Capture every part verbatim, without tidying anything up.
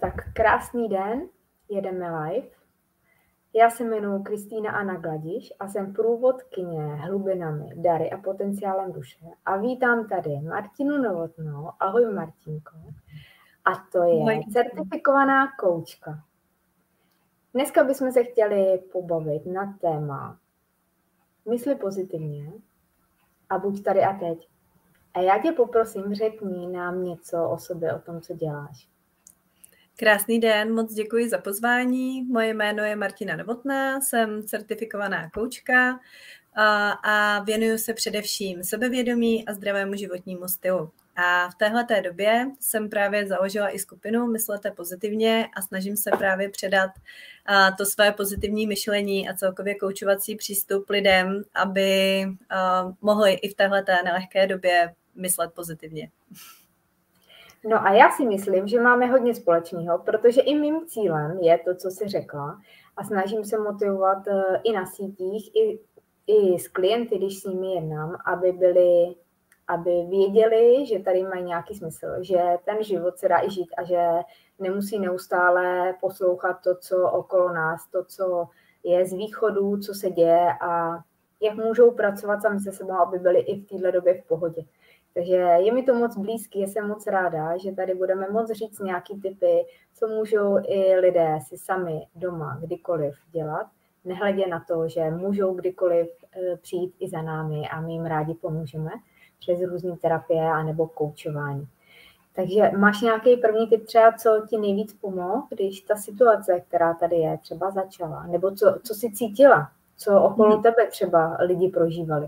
Tak krásný den, jedeme live. Já se jmenuji Kristýna Anna Gladiš a jsem průvodkyně hlubinami, dary a potenciálem duše. A vítám tady Martinu Novotnou. Ahoj Martinko. A to je certifikovaná koučka. Dneska bychom se chtěli pobavit na téma mysli pozitivně a buď tady a teď. A já tě poprosím, řekni nám něco o sobě, o tom, co děláš. Krásný den, moc děkuji za pozvání. Moje jméno je Martina Novotná, jsem certifikovaná koučka a, a věnuju se především sebevědomí a zdravému životnímu stylu. A v téhleté době jsem právě založila i skupinu Myslete pozitivně a snažím se právě předat a, to své pozitivní myšlení a celkově koučovací přístup lidem, aby a, mohli i v téhleté nelehké době myslet pozitivně. No a já si myslím, že máme hodně společného, protože i mým cílem je to, co jsi řekla, a snažím se motivovat i na sítích, i, i s klienty, když s nimi jednám, aby byli, aby věděli, že tady mají nějaký smysl, že ten život se dá i žít a že nemusí neustále poslouchat to, co okolo nás, to, co je z východu, co se děje a jak můžou pracovat sami se sebou, aby byli i v této době v pohodě. Takže je mi to moc blízký, jsem moc ráda, že tady budeme moc říct nějaký tipy, co můžou i lidé si sami doma kdykoliv dělat, nehledě na to, že můžou kdykoliv přijít i za námi a my jim rádi pomůžeme přes různé terapie anebo koučování. Takže máš nějaký první tip třeba, co ti nejvíc pomohl, když ta situace, která tady je, třeba začala, nebo co, co jsi cítila, co okolo hmm. tebe třeba lidi prožívali?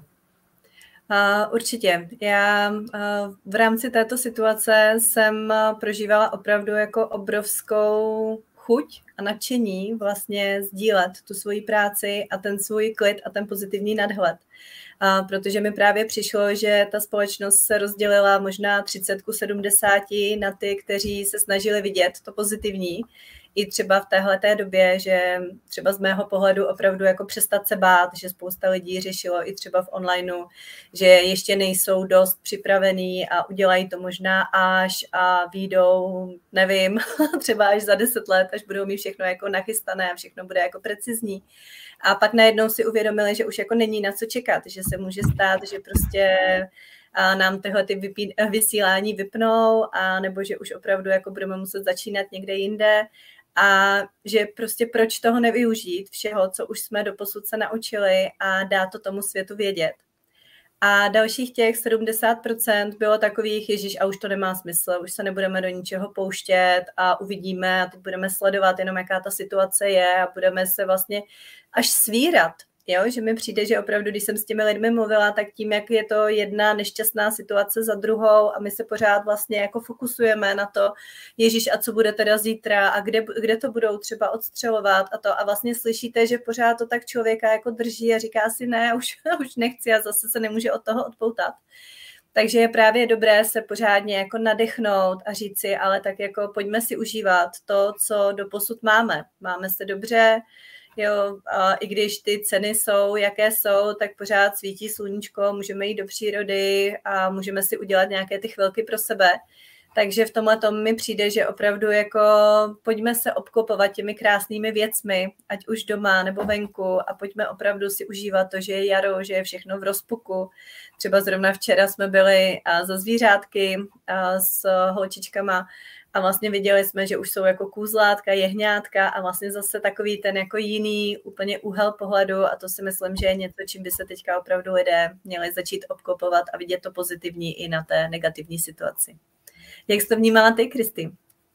Uh, určitě. Já uh, v rámci této situace jsem prožívala opravdu jako obrovskou chuť a nadšení vlastně sdílet tu svoji práci a ten svůj klid a ten pozitivní nadhled. Uh, protože mi právě přišlo, že ta společnost se rozdělila možná třicet ku sedmdesáti na ty, kteří se snažili vidět to pozitivní, i třeba v téhleté době, že třeba z mého pohledu opravdu jako přestat se bát, že spousta lidí řešilo i třeba v onlineu, že ještě nejsou dost připravený a udělají to možná až a výjdou, nevím, třeba až za deset let, až budou mít všechno jako nachystané a všechno bude jako precizní. A pak najednou si uvědomili, že už jako není na co čekat, že se může stát, že prostě a nám tyhle ty vypí, vysílání vypnou, a nebo že už opravdu jako budeme muset začínat někde jinde. A že prostě proč toho nevyužít všeho, co už jsme doposud se naučili a dát to tomu světu vědět. A dalších těch sedmdesát procent bylo takových, ježiš, a už to nemá smysl, už se nebudeme do ničeho pouštět a uvidíme a teď budeme sledovat jenom, jaká ta situace je a budeme se vlastně až svírat. Jo, že mi přijde, že opravdu, když jsem s těmi lidmi mluvila, tak tím, jak je to jedna nešťastná situace za druhou a my se pořád vlastně jako fokusujeme na to, ježiš, a co bude teda zítra a kde, kde to budou třeba odstřelovat a to a vlastně slyšíte, že pořád to tak člověka jako drží a říká si ne, už, už nechci a zase se nemůže od toho odpoutat. Takže je právě dobré se pořádně jako nadechnout a říct si, ale tak jako pojďme si užívat to, co doposud máme. Máme se dobře, jo, a i když ty ceny jsou, jaké jsou, tak pořád svítí sluníčko, můžeme jít do přírody a můžeme si udělat nějaké ty chvilky pro sebe. Takže v tomhle tom mi přijde, že opravdu jako pojďme se obklopovat těmi krásnými věcmi, ať už doma nebo venku a pojďme opravdu si užívat to, že je jaro, že je všechno v rozpuku. Třeba zrovna včera jsme byli za zvířátky s holčičkama a vlastně viděli jsme, že už jsou jako kůzlátka, jehňátka a vlastně zase takový ten jako jiný úplně úhel pohledu a to si myslím, že je něco, čím by se teďka opravdu lidé měli začít obklopovat a vidět to pozitivní i na té negativní situaci. Jak jsi to vnímala ty, Kristi?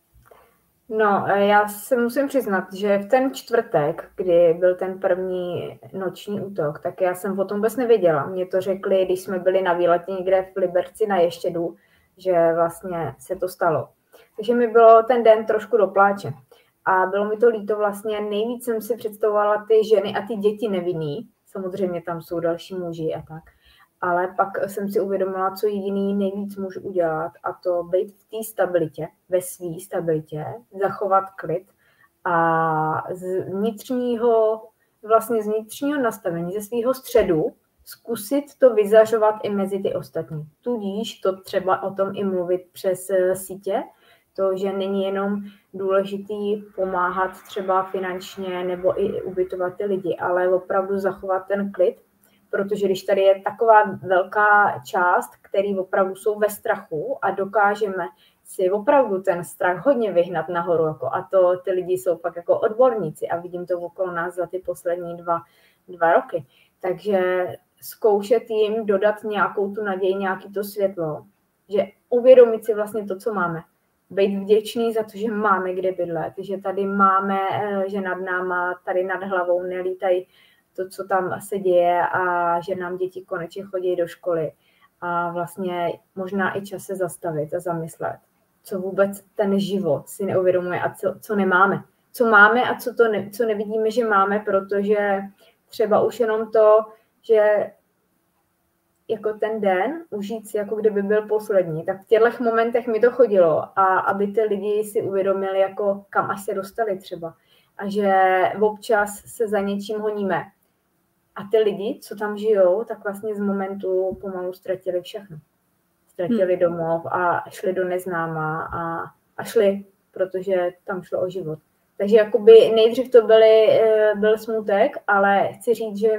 No, já se musím přiznat, že v ten čtvrtek, kdy byl ten první noční útok, tak já jsem o tom vůbec nevěděla. Mně to řekli, když jsme byli na výletě někde v Liberci na Ještědu, že vlastně se to stalo. Takže mi bylo ten den trošku do pláče. A bylo mi to líto vlastně, nejvíc jsem si představovala ty ženy a ty děti nevinný. Samozřejmě tam jsou další muži a tak. Ale pak jsem si uvědomila, co jediný nejvíc můžu udělat, a to být v té stabilitě, ve své stabilitě, zachovat klid a z vnitřního, vlastně z vnitřního nastavení, ze svého středu zkusit to vyzařovat i mezi ty ostatní. Tudíž to třeba o tom i mluvit přes sítě, To, že není jenom důležitý pomáhat třeba finančně nebo i ubytovat ty lidi, ale opravdu zachovat ten klid, protože když tady je taková velká část, který opravdu jsou ve strachu a dokážeme si opravdu ten strach hodně vyhnat nahoru, jako, a to ty lidi jsou fakt jako odborníci a vidím to okolo nás za ty poslední dva, dva roky. Takže zkoušet jim dodat nějakou tu naději, nějaký to světlo, že uvědomit si vlastně to, co máme. Být vděčný za to, že máme kde bydlet, že tady máme, že nad náma, tady nad hlavou nelítají to, co tam se děje a že nám děti konečně chodí do školy. A vlastně možná i čas se zastavit a zamyslet, co vůbec ten život si neuvědomuje a co, co nemáme. Co máme a co, to ne, co nevidíme, že máme, protože třeba už jenom to, že jako ten den užít si, jako kdyby byl poslední, tak v těchto momentech mi to chodilo a aby ty lidi si uvědomili, jako kam až se dostali třeba a že občas se za něčím honíme. A ty lidi, co tam žijou, tak vlastně z momentu pomalu ztratili všechno. Ztratili hmm. domov a šli do neznáma a, a šli, protože tam šlo o život. Takže jakoby nejdřív to byly, byl smutek, ale chci říct, že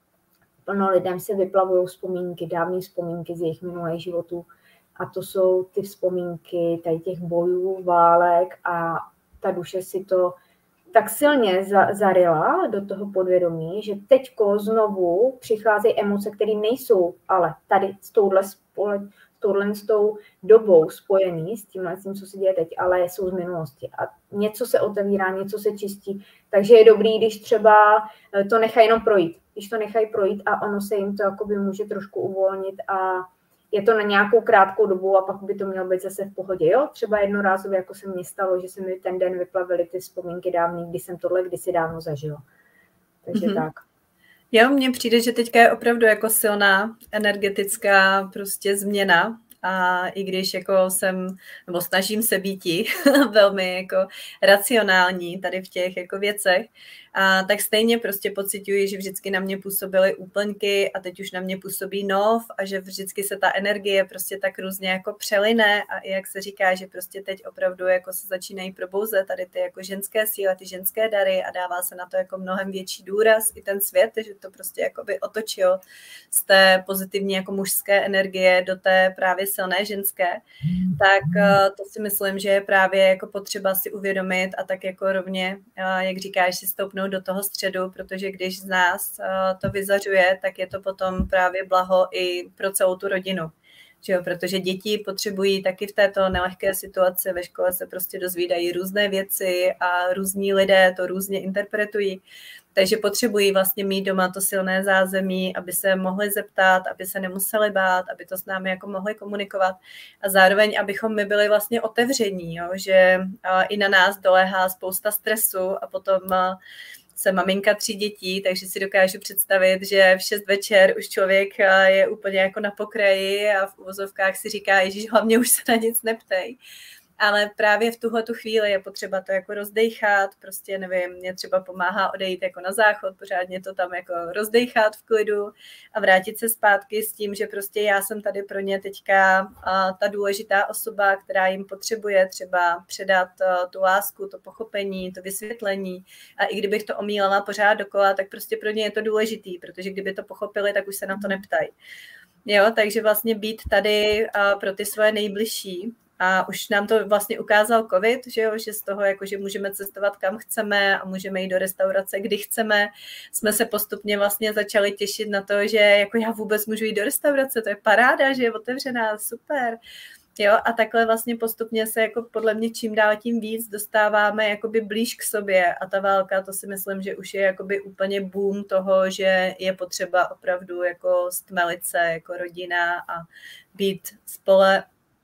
plno lidem se vyplavují vzpomínky, dávné vzpomínky z jejich minulých životů. A to jsou ty vzpomínky tady těch bojů, válek a ta duše si to tak silně za, zaryla do toho podvědomí, že teďko znovu přicházejí emoce, které nejsou ale tady s touhle, spole, s touhle s tou dobou spojený, s tímhle, s tím, co se děje teď, ale jsou z minulosti. A něco se otevírá, něco se čistí. Takže je dobrý, když třeba to nechají jenom projít. Když to nechají projít a ono se jim to jakoby může trošku uvolnit a je to na nějakou krátkou dobu a pak by to mělo být zase v pohodě. Jo? Třeba jednorázově, jako se mně stalo, že se mi ten den vyplavily ty vzpomínky dávný, kdy jsem tohle kdysi dávno zažila. Takže mm-hmm. tak. Jo, mně přijde, že teďka je opravdu jako silná energetická prostě změna. A i když jako jsem, nebo snažím se býti velmi jako racionální tady v těch jako věcech, a tak stejně prostě pociťuji, že vždycky na mě působily úplňky a teď už na mě působí nov a že vždycky se ta energie prostě tak různě jako přeline a i jak se říká, že prostě teď opravdu jako se začínají probouzet tady ty jako ženské síly, ty ženské dary a dává se na to jako mnohem větší důraz i ten svět, že to prostě jako by otočil z té pozitivní jako mužské energie do té právě silné ženské, tak to si myslím, že je právě jako potřeba si uvědomit a tak jako rovně, jak říkáš, si stoupnout do toho středu, protože když z nás to vyzařuje, tak je to potom právě blaho i pro celou tu rodinu. Že jo? Protože děti potřebují taky v této nelehké situaci, ve škole se prostě dozvídají různé věci a různí lidé to různě interpretují. Takže potřebují vlastně mít doma to silné zázemí, aby se mohli zeptat, aby se nemuseli bát, aby to s námi jako mohli komunikovat a zároveň, abychom my byli vlastně otevření, jo? Že i na nás doléhá spousta stresu a potom jsem maminka tří dětí, takže si dokážu představit, že v šest večer už člověk je úplně jako na pokraji a v uvozovkách si říká, ježiš, hlavně už se na nic neptej. Ale právě v tuhle tu chvíli je potřeba to jako rozdejchat, prostě nevím, mě třeba pomáhá odejít jako na záchod, pořádně to tam jako rozdejchat v klidu a vrátit se zpátky s tím, že prostě já jsem tady pro ně teďka a, ta důležitá osoba, která jim potřebuje třeba předat a, tu lásku, to pochopení, to vysvětlení a i kdybych to omílala pořád dokola, tak prostě pro ně je to důležitý, protože kdyby to pochopili, tak už se na to neptají. Jo, takže vlastně být tady a, pro ty svoje nejbližší. A už nám to vlastně ukázal covid, že jo, že z toho, jako, že můžeme cestovat kam chceme a můžeme jít do restaurace, kdy chceme, jsme se postupně vlastně začali těšit na to, že jako já vůbec můžu jít do restaurace, to je paráda, že je otevřená, super. Jo, a takhle vlastně postupně se jako podle mě čím dál tím víc dostáváme jakoby blíž k sobě a ta válka, to si myslím, že už je jakoby úplně boom toho, že je potřeba opravdu jako stmelit se jako rodina a být spole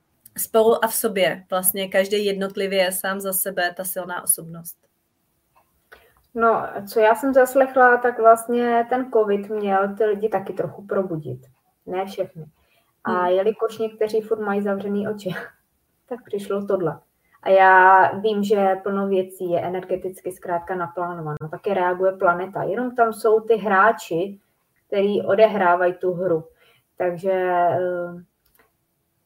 spolu a v sobě, vlastně každý jednotlivě sám za sebe, ta silná osobnost. No, co já jsem zaslechla, tak vlastně ten covid měl ty lidi taky trochu probudit. Ne všechny. A hmm. jelikož někteří furt mají zavřený oči, tak přišlo tohle. A já vím, že plno věcí je energeticky zkrátka naplánováno. Také reaguje planeta. Jenom tam jsou ty hráči, kteří odehrávají tu hru. Takže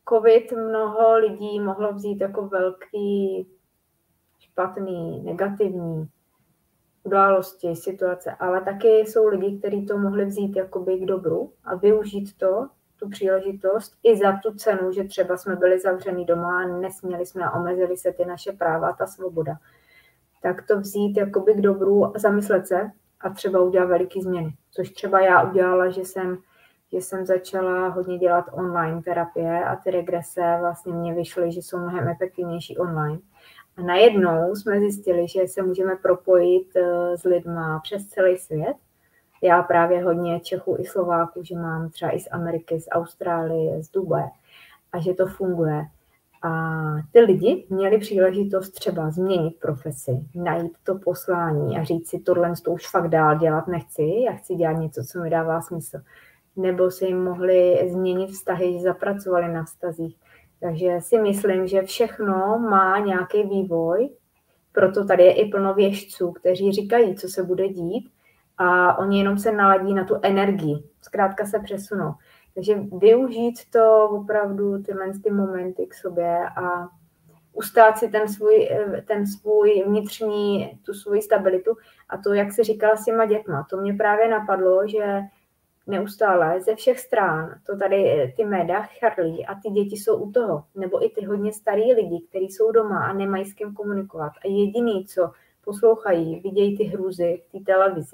covid mnoho lidí mohlo vzít jako velký, špatný, negativní události, situace, ale taky jsou lidi, kteří to mohli vzít jakoby k dobru a využít to, tu příležitost i za tu cenu, že třeba jsme byli zavřený doma a nesměli jsme a omezili se ty naše práva, ta svoboda. Tak to vzít jakoby k dobru a zamyslet se a třeba udělat veliký změny. Což třeba já udělala, že jsem, že jsem začala hodně dělat online terapie a ty regrese vlastně mě vyšly, že jsou mnohem efektivnější online. A najednou jsme zjistili, že se můžeme propojit s lidma přes celý svět. Já právě hodně Čechů i Slováků, že mám třeba i z Ameriky, z Austrálie, z Dubaje a že to funguje. A ty lidi měli příležitost třeba změnit profesi, najít to poslání a říct si, tohle to už fakt dál dělat nechci, já chci dělat něco, co mi dává smysl. Nebo si jim mohli změnit vztahy, že zapracovali na vztazích. Takže si myslím, že všechno má nějaký vývoj, proto tady je i plno věštců, kteří říkají, co se bude dít a oni jenom se naladí na tu energii, zkrátka se přesunou. Takže využít to opravdu tyhle ty momenty k sobě a ustát si ten svůj, ten svůj vnitřní, tu svoji stabilitu a to, jak se říkala s těma dětma, to mě právě napadlo, že neustále ze všech stran to tady ty média charlí a ty děti jsou u toho, nebo i ty hodně starý lidi, kteří jsou doma a nemají s kým komunikovat a jediný, co poslouchají, vidějí ty hrůzy v té televizi.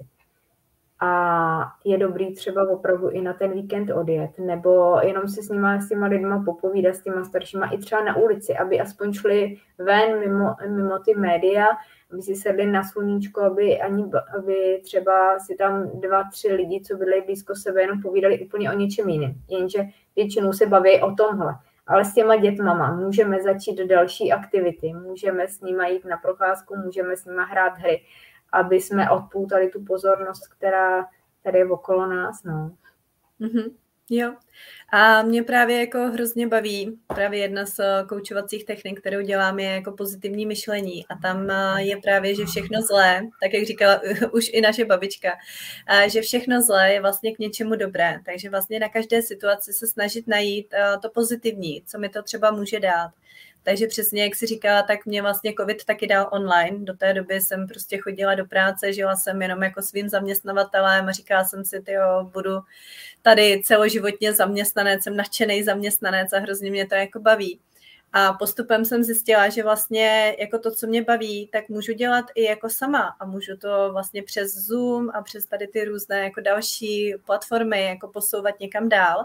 A je dobrý třeba opravdu i na ten víkend odjet, nebo jenom si s nima, s těma lidma popovídat, s těma staršíma, i třeba na ulici, aby aspoň šli ven mimo, mimo ty média, aby si sedli na sluníčko, aby, ani, aby třeba si tam dva, tři lidi, co bydlejí blízko sebe, jenom povídali úplně o něčem jiném. Jenže většinou se baví o tomhle. Ale s těma dětmama můžeme začít další aktivity, můžeme s nima jít na procházku, můžeme s nima hrát hry, aby jsme odpoutali tu pozornost, která tady je okolo nás. No. Mm-hmm. Jo. A mě právě jako hrozně baví, právě jedna z koučovacích technik, kterou dělám, je jako pozitivní myšlení. A tam je právě, že všechno zlé, tak jak říkala už i naše babička, že všechno zlé je vlastně k něčemu dobré. Takže vlastně na každé situaci se snažit najít to pozitivní, co mi to třeba může dát. Takže přesně, jak jsi říkala, tak mě vlastně covid taky dal online. Do té doby jsem prostě chodila do práce, žila jsem jenom jako svým zaměstnavatelem a říkala jsem si, tyjo, budu tady celoživotně zaměstnanec, jsem nadšený zaměstnanec a hrozně mě to jako baví. A postupem jsem zjistila, že vlastně jako to, co mě baví, tak můžu dělat i jako sama a můžu to vlastně přes Zoom a přes tady ty různé jako další platformy jako posouvat někam dál.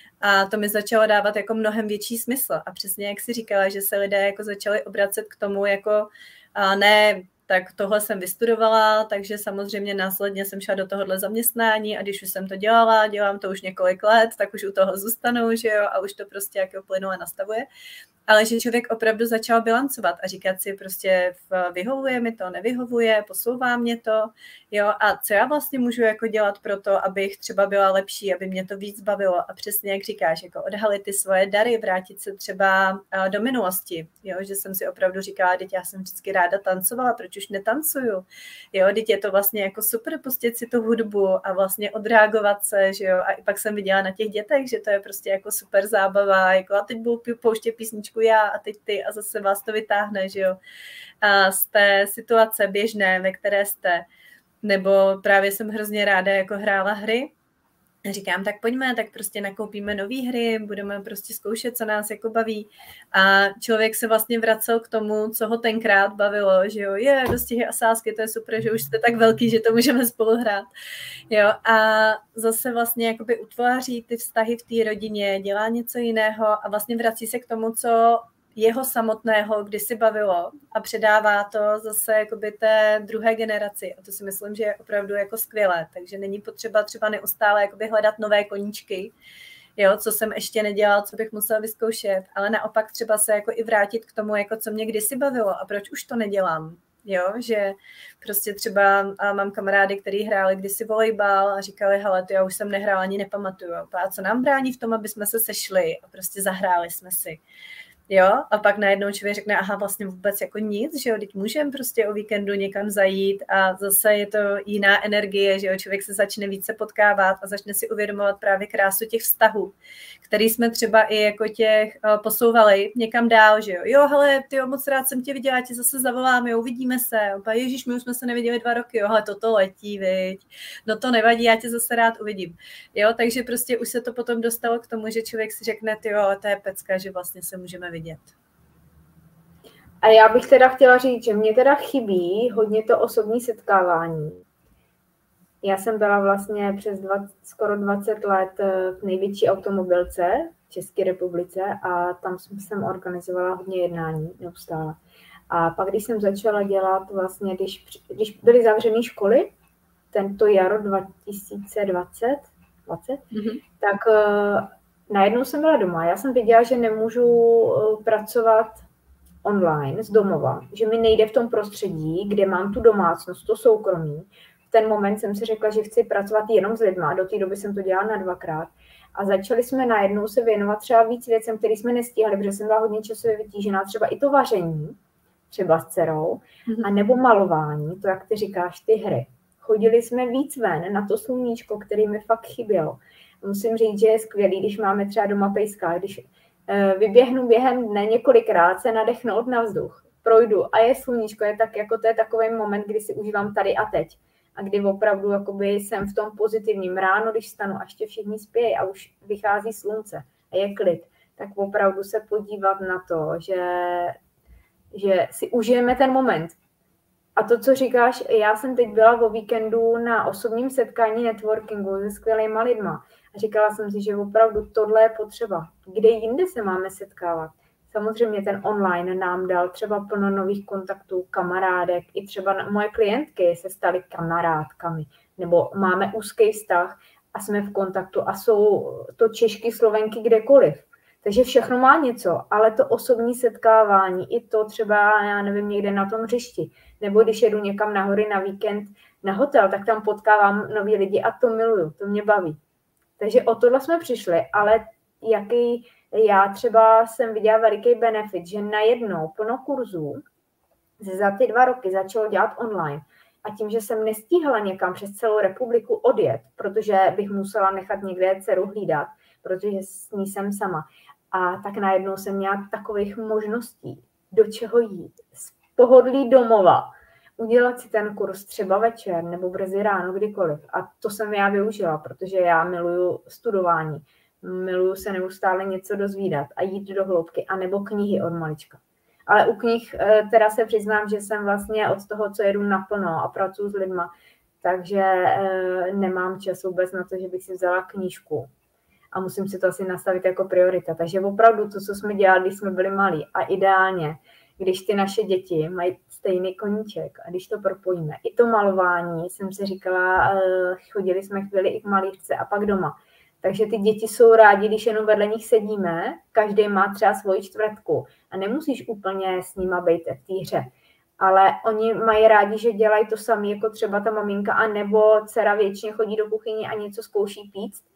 A to mi začalo dávat jako mnohem větší smysl. A přesně jak jsi říkala, že se lidé jako začali obracet k tomu jako a ne, tak tohle jsem vystudovala, takže samozřejmě následně jsem šla do tohohle zaměstnání a když už jsem to dělala, dělám to už několik let, tak už u toho zůstanu, že jo, a už to prostě jako plynule nastavuje. Ale že člověk opravdu začal bilancovat a říkat si prostě vyhovuje mi to, nevyhovuje, posouvá mě to, jo, a co já vlastně můžu jako dělat pro to, abych třeba byla lepší, aby mě to víc bavilo a přesně jak říkáš, jako odhalit ty svoje dary, vrátit se třeba do minulosti, jo, že jsem si opravdu říkala, teď já jsem vždycky ráda tancovala, proč už netancuju, jo, teď je to vlastně jako super pustit si tu hudbu a vlastně odreagovat se, že jo, a pak jsem viděla na těch dětech, že to je prostě jako super zábava, jako a teď budu pouštět písničku já a teď ty a zase vás to vytáhne, že jo, a z té situace běžné, ve které jste, nebo právě jsem hrozně ráda jako hrála hry, říkám, tak pojďme, tak prostě nakoupíme nové hry, budeme prostě zkoušet, co nás jako baví a člověk se vlastně vracel k tomu, co ho tenkrát bavilo, že jo, je, dostihy a sázky, to je super, že už jste tak velký, že to můžeme spolu hrát, jo, a zase vlastně jakoby utváří ty vztahy v té rodině, dělá něco jiného a vlastně vrací se k tomu, co jeho samotného kdysi bavilo a předává to zase jakoby té druhé generaci. A to si myslím, že je opravdu jako skvělé. Takže není potřeba třeba neustále jakoby hledat nové koníčky, jo, co jsem ještě nedělal, co bych musela vyzkoušet, ale naopak třeba se jako i vrátit k tomu, jako co mě kdysi bavilo a proč už to nedělám. Jo, že prostě třeba a mám kamarády, kteří hráli kdysi volejbal a říkali, hele, to já už jsem nehrála, ani nepamatuju. A co nám brání v tom, aby jsme se sešli a prostě zahráli jsme si. Jo, a pak najednou člověk řekne, aha, vlastně vůbec jako nic, že jo, teď můžeme prostě o víkendu někam zajít a zase je to jiná energie, že jo, člověk se začne více potkávat a začne si uvědomovat právě krásu těch vztahů, který jsme třeba i jako těch uh, posouvali někam dál, že jo, jo, hele, tyjo, moc rád jsem tě viděla, tě zase zavolám, jo, uvidíme se, opa, ježiš, my už jsme se neviděli dva roky, jo, hele, toto letí, viď, no to nevadí, já tě zase rád uvidím, jo, takže prostě už se to potom dostalo k tomu, že člověk si řekne, tyjo, ale to je pecka, že vlastně se můžeme vidět. A já bych teda chtěla říct, že mě teda chybí hodně to osobní setkávání. Já jsem byla vlastně přes dvacet, skoro dvacet let v největší automobilce v České republice a tam jsem organizovala hodně jednání neustále. A pak, když jsem začala dělat vlastně, když, když byly zavřené školy, tento jaro dva tisíce dvacet, dvacet, mm-hmm. tak uh, najednou jsem byla doma. Já jsem věděla, že nemůžu uh, pracovat online z domova, že mi nejde v tom prostředí, kde mám tu domácnost, to soukromí. V ten moment jsem si řekla, že chci pracovat jenom s lidma, do té doby jsem to dělala na dvakrát. A začali jsme najednou se věnovat třeba víc věcem, které jsme nestíhali, protože jsem byla hodně časově vytížená, třeba i to vaření, třeba s dcerou, a nebo malování, to, jak ty říkáš, ty hry. Chodili jsme víc ven na to sluníčko, který mi fakt chybělo. Musím říct, že je skvělý, když máme třeba doma pejska, když vyběhnu během dne několikrát se nadechnout na vzduch, projdu a je sluníčko, je tak, jako to je takový moment, kdy si užívám tady a teď. A kdy opravdu jakoby jsem v tom pozitivním ráno, když stanu a ještě všichni spějí a už vychází slunce a je klid, tak opravdu se podívat na to, že, že si užijeme ten moment. A to, co říkáš, já jsem teď byla o víkendu na osobním setkání networkingu se skvělýma lidma. A říkala jsem si, že opravdu tohle je potřeba. Kde jinde se máme setkávat? Samozřejmě ten online nám dal třeba plno nových kontaktů, kamarádek, i třeba moje klientky se staly kamarádkami, nebo máme úzký vztah a jsme v kontaktu a jsou to Češky, Slovenky, kdekoliv. Takže všechno má něco, ale to osobní setkávání, i to třeba, já nevím, někde na tom hřišti, nebo když jedu někam nahory na víkend na hotel, tak tam potkávám nový lidi a to miluju, to mě baví. Takže o tohle jsme přišli, ale jaký já třeba jsem viděla veliký benefit, že najednou plno kurzů za ty dva roky začalo dělat online. A tím, že jsem nestíhala někam přes celou republiku odjet, protože bych musela nechat někde dceru hlídat, protože s ní jsem sama. A tak najednou jsem měla takových možností, do čeho jít, z pohodlí domova, udělat si ten kurz třeba večer nebo brzy ráno, kdykoliv. A to jsem já využila, protože já miluju studování, miluju se neustále něco dozvídat a jít do hloubky, anebo knihy od malička. Ale u knih teda se přiznám, že jsem vlastně od toho, co jedu naplno a pracuji s lidma, takže nemám čas vůbec na to, že bych si vzala knížku. A musím si to asi nastavit jako priorita. Takže opravdu to, co jsme dělali, když jsme byli malí a ideálně, když ty naše děti mají stejný koníček a když to propojíme. I to malování, jsem si říkala, chodili jsme chvíli i k malířce a pak doma. Takže ty děti jsou rádi, když jenom vedle nich sedíme, každý má třeba svoji čtvrtku a nemusíš úplně s nima být v té hře. Ale oni mají rádi, že dělají to sami, jako třeba ta maminka, a nebo dcera většině chodí do kuchyně a něco zkouší píct.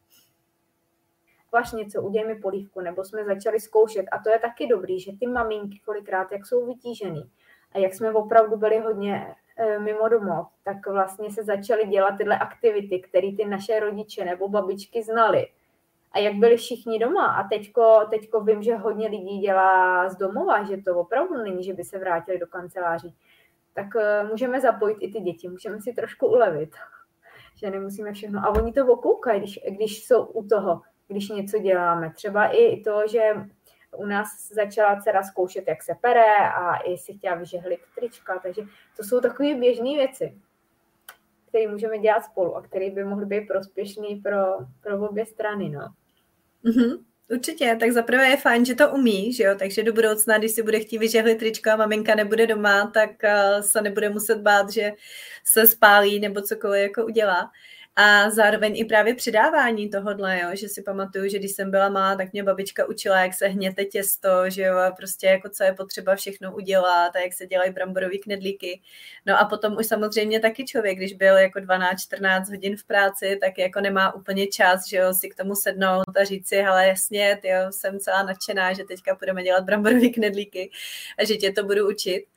Vaš něco, udělej mi polívku, nebo jsme začali zkoušet. A to je taky dobrý, že ty maminky kolikrát, jak jsou vytížený a jak jsme opravdu byli hodně e, mimo domov, tak vlastně se začaly dělat tyhle aktivity, které ty naše rodiče nebo babičky znali. A jak byli všichni doma. A teďko, teďko vím, že hodně lidí dělá z domova, že to opravdu není, že by se vrátili do kanceláří. Tak e, můžeme zapojit i ty děti, můžeme si trošku ulevit, že nemusíme všechno. A oni to okoukají, když, když jsou u toho, když něco děláme. Třeba i to, že u nás začala dcera zkoušet, jak se pere a i si chtěla vyžehlit trička, takže to jsou takové běžné věci, které můžeme dělat spolu a které by mohly být prospěšné pro, pro obě strany. No. Mm-hmm. Určitě, tak zaprvé je fajn, že to umí, že jo? Takže do budoucna, když si bude chtít vyžehlit tričko a maminka nebude doma, tak uh, se nebude muset bát, že se spálí nebo cokoliv jako udělá. A zároveň i právě předávání tohodle, jo, že si pamatuju, že když jsem byla malá, tak mě babička učila, jak se hněte těsto, že jo, a prostě jako co je potřeba všechno udělat a jak se dělají bramborový knedlíky. No a potom už samozřejmě taky člověk, když byl jako dvanáct čtrnáct hodin v práci, tak jako nemá úplně čas, že jo, si k tomu sednout a říct si, hele jasně, jo, jsem celá nadšená, že teďka budeme dělat bramborový knedlíky a že tě to budu učit.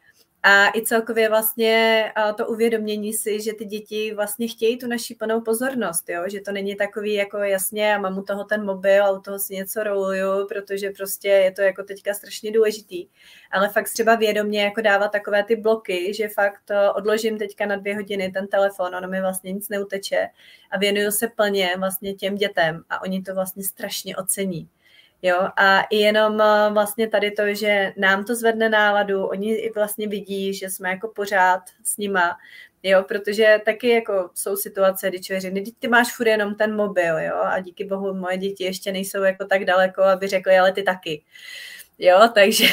A i celkově vlastně to uvědomění si, že ty děti vlastně chtějí tu naši plnou pozornost, jo? Že to není takový jako jasně, já mám u toho ten mobil a u toho si něco roluju, protože prostě je to jako teďka strašně důležitý. Ale fakt třeba vědomě jako dávat takové ty bloky, že fakt odložím teďka na dvě hodiny ten telefon, ono mi vlastně nic neuteče a věnuju se plně vlastně těm dětem a oni to vlastně strašně ocení. Jo, a i jenom vlastně tady to, že nám to zvedne náladu, oni i vlastně vidí, že jsme jako pořád s nima, jo, protože taky jako jsou situace, kdy člověk řekne, ty máš furt jenom ten mobil, jo, a díky bohu moje děti ještě nejsou jako tak daleko, aby řekly, ale ty taky. Jo, takže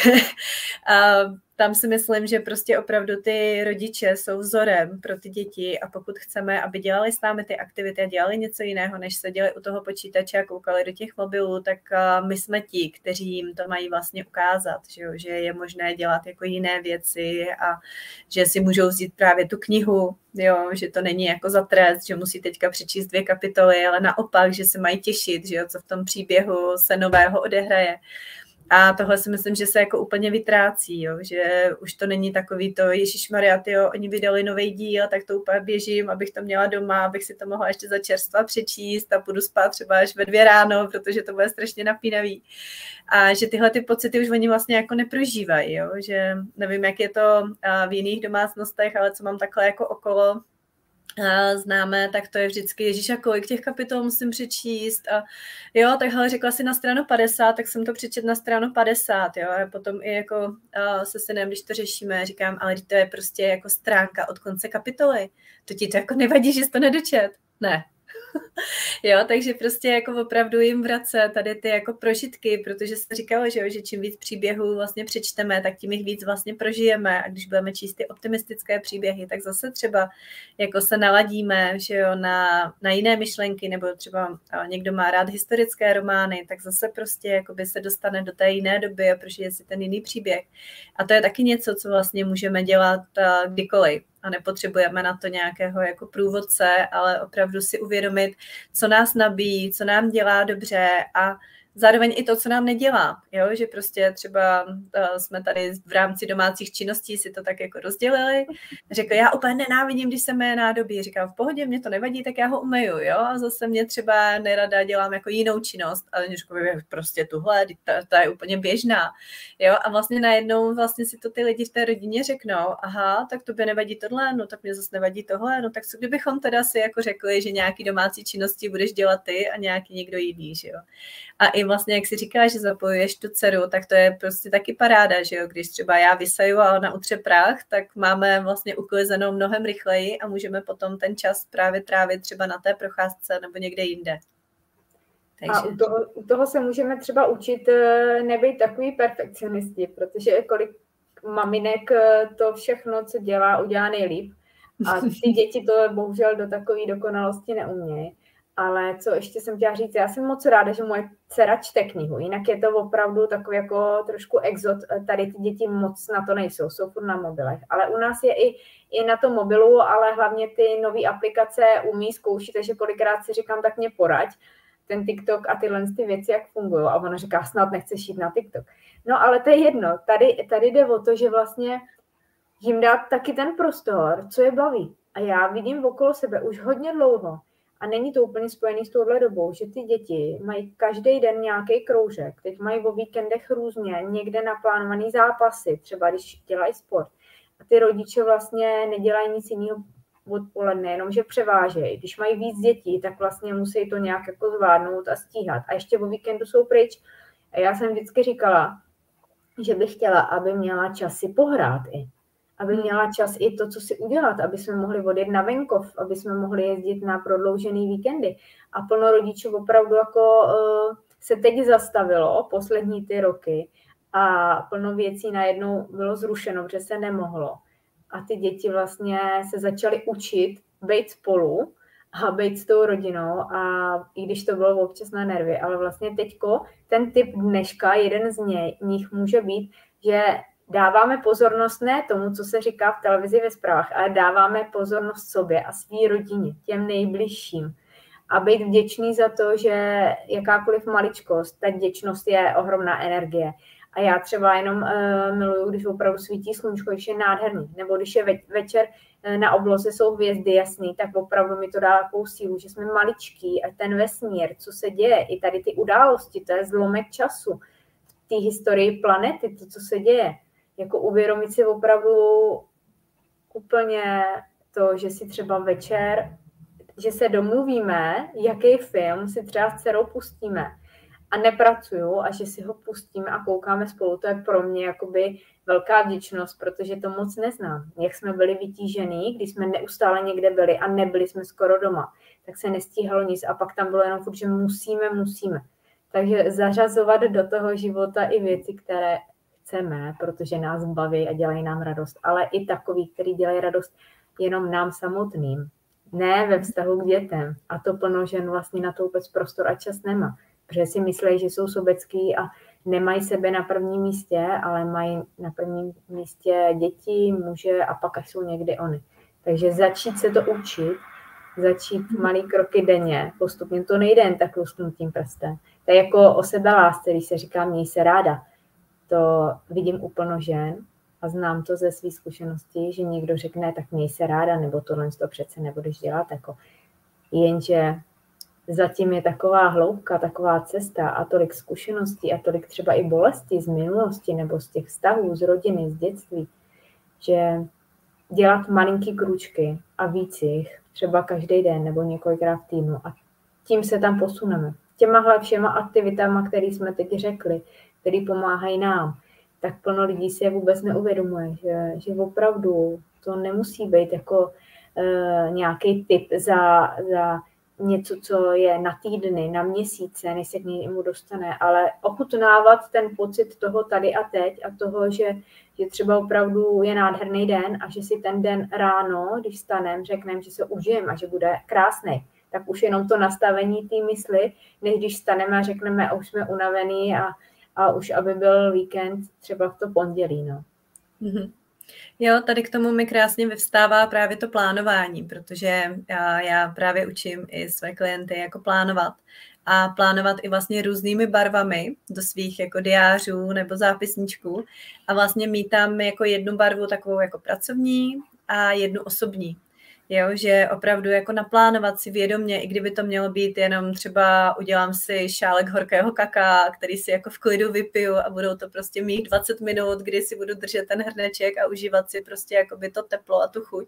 a tam si myslím, že prostě opravdu ty rodiče jsou vzorem pro ty děti a pokud chceme, aby dělali s námi ty aktivity a dělali něco jiného, než seděli u toho počítače a koukali do těch mobilů, tak my jsme ti, kteří jim to mají vlastně ukázat, že, jo, že je možné dělat jako jiné věci a že si můžou vzít právě tu knihu, jo, že to není jako za trest, že musí teďka přečíst dvě kapitoly, ale naopak, že se mají těšit, že jo, co v tom příběhu se nového odehraje. A tohle si myslím, že se jako úplně vytrácí, jo? Že už to není takový to, ježišmarja, tyjo, oni vydali nový díl, tak to úplně běžím, abych to měla doma, abych si to mohla ještě za čerstva přečíst a půjdu spát třeba až ve dvě ráno, protože to bude strašně napínavý. A že tyhle ty pocity už oni vlastně jako neprožívají, jo? Že nevím, jak je to v jiných domácnostech, ale co mám takhle jako okolo, známe, tak to je vždycky, ježíš, a kolik těch kapitol musím přečíst a jo, tak hele, řekla si na stranu padesát, tak jsem to přečet na stranu padesát, jo, a potom i jako uh, se synem, když to řešíme, říkám, ale to je prostě jako stránka od konce kapitoly, to ti to jako nevadí, že jsi to nedočet? Ne. Jo, takže prostě jako opravdu jim vracet tady ty jako prožitky, protože se říkalo, že, jo, že čím víc příběhů vlastně přečteme, tak tím jich víc vlastně prožijeme a když budeme číst ty optimistické příběhy, tak zase třeba jako se naladíme, že jo, na, na jiné myšlenky, nebo třeba někdo má rád historické romány, tak zase prostě jakoby se dostane do té jiné doby a prožije si ten jiný příběh. A to je taky něco, co vlastně můžeme dělat kdykoliv. A nepotřebujeme na to nějakého jako průvodce, ale opravdu si uvědomit, co nás nabíjí, co nám dělá dobře a zároveň i to, co nám nedělá, jo? Že prostě třeba uh, jsme tady v rámci domácích činností si to tak jako rozdělili. Řekl, já úplně nenávidím, když se myje nádobí. Říkám, v pohodě, mě to nevadí, tak já ho umyju, jo? A zase mě třeba nerada dělám jako jinou činnost, ale říkám, prostě tuhle, ta, ta je úplně běžná, jo? A vlastně najednou vlastně si to ty lidi v té rodině řeknou, aha, tak tobě nevadí tohle, no tak mě zase nevadí tohle, no tak co kdybychom teda si jako řekli, že nějaký domácí činnosti budeš dělat ty a nějaký někdo jiný, že jo? A i vlastně, jak si říká, že zapojuješ tu dceru, tak to je prostě taky paráda, že jo, když třeba já vysaju a ona utře prach, tak máme vlastně uklizenou mnohem rychleji a můžeme potom ten čas právě trávit třeba na té procházce nebo někde jinde. Takže. A u toho, u toho se můžeme třeba učit nebejt takový perfekcionisti, protože kolik maminek to všechno, co dělá, udělá nejlíp a ty děti to bohužel do takové dokonalosti neumějí. Ale co ještě jsem chtěla říct, já jsem moc ráda, že moje dcera čte knihu, jinak je to opravdu takový jako trošku exot, tady ty děti moc na to nejsou, jsou furt na mobilech, ale u nás je i, i na tom mobilu, ale hlavně ty nové aplikace umí zkoušet, takže kolikrát si říkám, tak mě poraď, ten TikTok a tyhle ty věci, jak fungují, a ona říká, snad nechceš jít na TikTok. No ale to je jedno, tady, tady jde o to, že vlastně jim dát taky ten prostor, co je baví. A já vidím okolo sebe už hodně dlouho, a není to úplně spojený s touhle dobou, že ty děti mají každý den nějaký kroužek, teď mají o víkendech různě, někde naplánovaný zápasy, třeba když dělají sport. A ty rodiče vlastně nedělají nic jiného odpoledne, jenomže převážejí. Když mají víc dětí, tak vlastně musí to nějak jako zvládnout a stíhat. A ještě o víkendu jsou pryč. A já jsem vždycky říkala, že bych chtěla, aby měla čas si pohrát i. Aby měla čas i to, co si udělat, aby jsme mohli odjet na venkov, aby jsme mohli jezdit na prodloužený víkendy. A plno rodičů opravdu jako uh, se teď zastavilo poslední ty roky a plno věcí najednou bylo zrušeno, protože se nemohlo. A ty děti vlastně se začaly učit být spolu a být s tou rodinou a i když to bylo občas na nervy, ale vlastně teďko ten typ dneška, jeden z nich může být, že dáváme pozornost ne tomu, co se říká v televizi ve zprávách, ale dáváme pozornost sobě a svý rodině, těm nejbližším. A být vděčný za to, že jakákoliv maličkost, ta vděčnost je ohromná energie. A já třeba jenom uh, miluju, když opravdu svítí sluníčko, když je nádherný, nebo když je ve- večer uh, na obloze jsou hvězdy jasný, tak opravdu mi to dá takovou sílu, že jsme maličký a ten vesmír, co se děje, i tady ty události, to je zlomek času v té historii planety, to, co se děje. Jako uvědomit si opravdu úplně to, že si třeba večer, že se domluvíme, jaký film si třeba s dcerou pustíme a nepracuju a že si ho pustíme a koukáme spolu, to je pro mě jakoby velká vděčnost, protože to moc neznám. Jak jsme byli vytížený, když jsme neustále někde byli a nebyli jsme skoro doma, tak se nestíhalo nic a pak tam bylo jenom furt, že musíme, musíme. Takže zařazovat do toho života i věci, které chceme, protože nás baví a dělají nám radost, ale i takový, který dělají radost jenom nám samotným. Ne ve vztahu k dětem. A to plno žen vlastně na to vůbec prostor a čas nemá. Protože si myslí, že jsou sobecký a nemají sebe na prvním místě, ale mají na prvním místě děti, muže a pak až jsou někdy oni. Takže začít se to učit, začít malý kroky denně, postupně to nejde jen tak lusknutím prstem. To je jako o sebelásce, když se říká měj se ráda. To vidím úplno žen a znám to ze své zkušenosti, že někdo řekne, tak měj se ráda, nebo tohle to přece nebudeš dělat. Jako. Jenže zatím je taková hloubka, taková cesta a tolik zkušeností a tolik třeba i bolesti z minulosti nebo z těch vztahů, z rodiny, z dětství, že dělat malinký kručky a víc jich, třeba každý den nebo několikrát v týdnu a tím se tam posuneme. Těmahle všema aktivitama, které jsme teď řekli, které pomáhají nám, tak plno lidí si je vůbec neuvědomuje, že, že opravdu to nemusí být jako e, nějaký tip za, za něco, co je na týdny, na měsíce, než se k němu dostane, ale ochutnávat ten pocit toho tady a teď a toho, že, že třeba opravdu je nádherný den a že si ten den ráno, když vstanem, řekneme, že se užijem a že bude krásný, tak už jenom to nastavení té mysli, než když vstaneme a řekneme, a už jsme unavený a a už aby byl víkend třeba v to pondělí, no. Mm-hmm. Jo, tady k tomu mi krásně vyvstává právě to plánování, protože já, já právě učím i své klienty jako plánovat a plánovat i vlastně různými barvami do svých jako diářů nebo zápisníčků a vlastně mít tam jako jednu barvu takovou jako pracovní a jednu osobní. Jo, že opravdu jako naplánovat si vědomě, i kdyby to mělo být jenom třeba udělám si šálek horkého kaká, který si jako v klidu vypiju a budou to prostě mít dvacet minut, kdy si budu držet ten hrneček a užívat si prostě jakoby to teplo a tu chuť.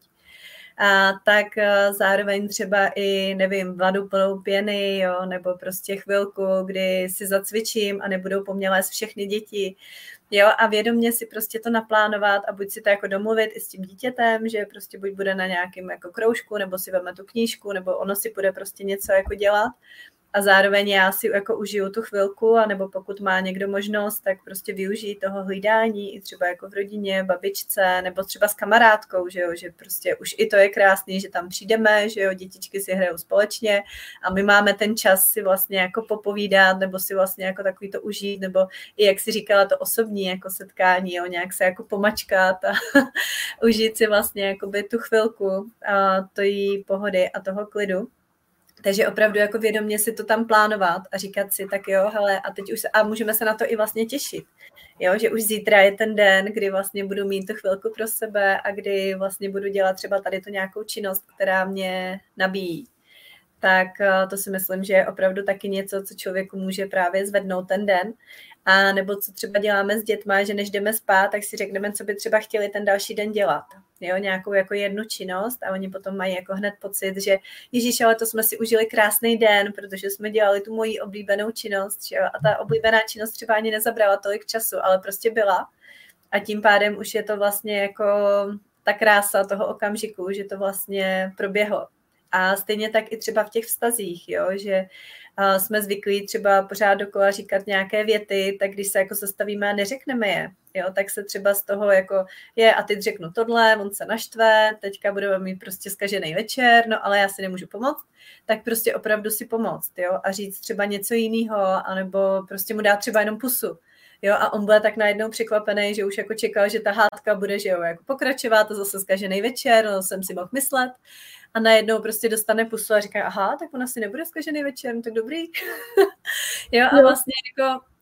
A tak zároveň třeba i, nevím, vladu plnou pěny, jo, nebo prostě chvilku, kdy si zacvičím a nebudou po mně lézt všechny děti. Jo, a vědomě si prostě to naplánovat a buď si to jako domluvit i s tím dítětem, že prostě buď bude na nějakém jako kroužku, nebo si veme tu knížku, nebo ono si bude prostě něco jako dělat. A zároveň já si jako užiju tu chvilku, anebo pokud má někdo možnost, tak prostě využít toho hlídání i třeba jako v rodině, babičce, nebo třeba s kamarádkou, že jo, že prostě už i to je krásný, že tam přijdeme, že jo, dětičky si hrajou společně a my máme ten čas si vlastně jako popovídat, nebo si vlastně jako takový to užít, nebo i jak si říkala, to osobní jako setkání, jo, nějak se jako pomačkat a užít si vlastně jakoby tu chvilku a to jí pohody a toho klidu. Takže opravdu jako vědomě si to tam plánovat a říkat si, tak jo, hele, a teď už se, a můžeme se na to i vlastně těšit, jo, že už zítra je ten den, kdy vlastně budu mít tu chvilku pro sebe a kdy vlastně budu dělat třeba tady tu nějakou činnost, která mě nabíjí. Tak to si myslím, že je opravdu taky něco, co člověku může právě zvednout ten den. A nebo co třeba děláme s dětma, že než jdeme spát, tak si řekneme, co by třeba chtěli ten další den dělat. Jo, nějakou jako jednu činnost a oni potom mají jako hned pocit, že ježíš, ale to jsme si užili krásný den, protože jsme dělali tu moji oblíbenou činnost, že jo? A ta oblíbená činnost třeba ani nezabrala tolik času, ale prostě byla. A tím pádem už je to vlastně jako ta krása toho okamžiku, že to vlastně proběhlo. A stejně tak i třeba v těch vztazích, jo, že uh, jsme zvyklí třeba pořád dokola říkat nějaké věty, tak když se jako zastavíme a neřekneme je, jo, tak se třeba z toho jako je a teď řeknu tohle, on se naštve, teďka budeme mít prostě zkažený večer, no ale já si nemůžu pomoct, tak prostě opravdu si pomoct, jo, a říct třeba něco jiného, anebo prostě mu dát třeba jenom pusu. Jo, a on byl tak najednou překvapený, že už jako čekal, že ta hádka bude, že jo, jako pokračovat, to zase zkažený večer, no jsem si mohl myslet. A najednou prostě dostane pusu a říká, aha, tak ona si nebude zkažený večer, no tak dobrý. jo, a vlastně jako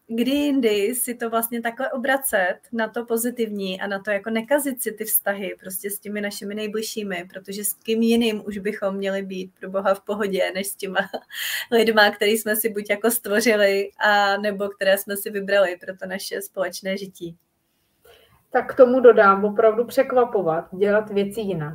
kdy jindy si to vlastně takhle obracet na to pozitivní a na to jako nekazit si ty vztahy prostě s těmi našimi nejbližšími, protože s kým jiným už bychom měli být pro boha v pohodě, než s těma lidma, který jsme si buď jako stvořili, a nebo které jsme si vybrali pro to naše společné žití. Tak k tomu dodám opravdu překvapovat, dělat věci jinak.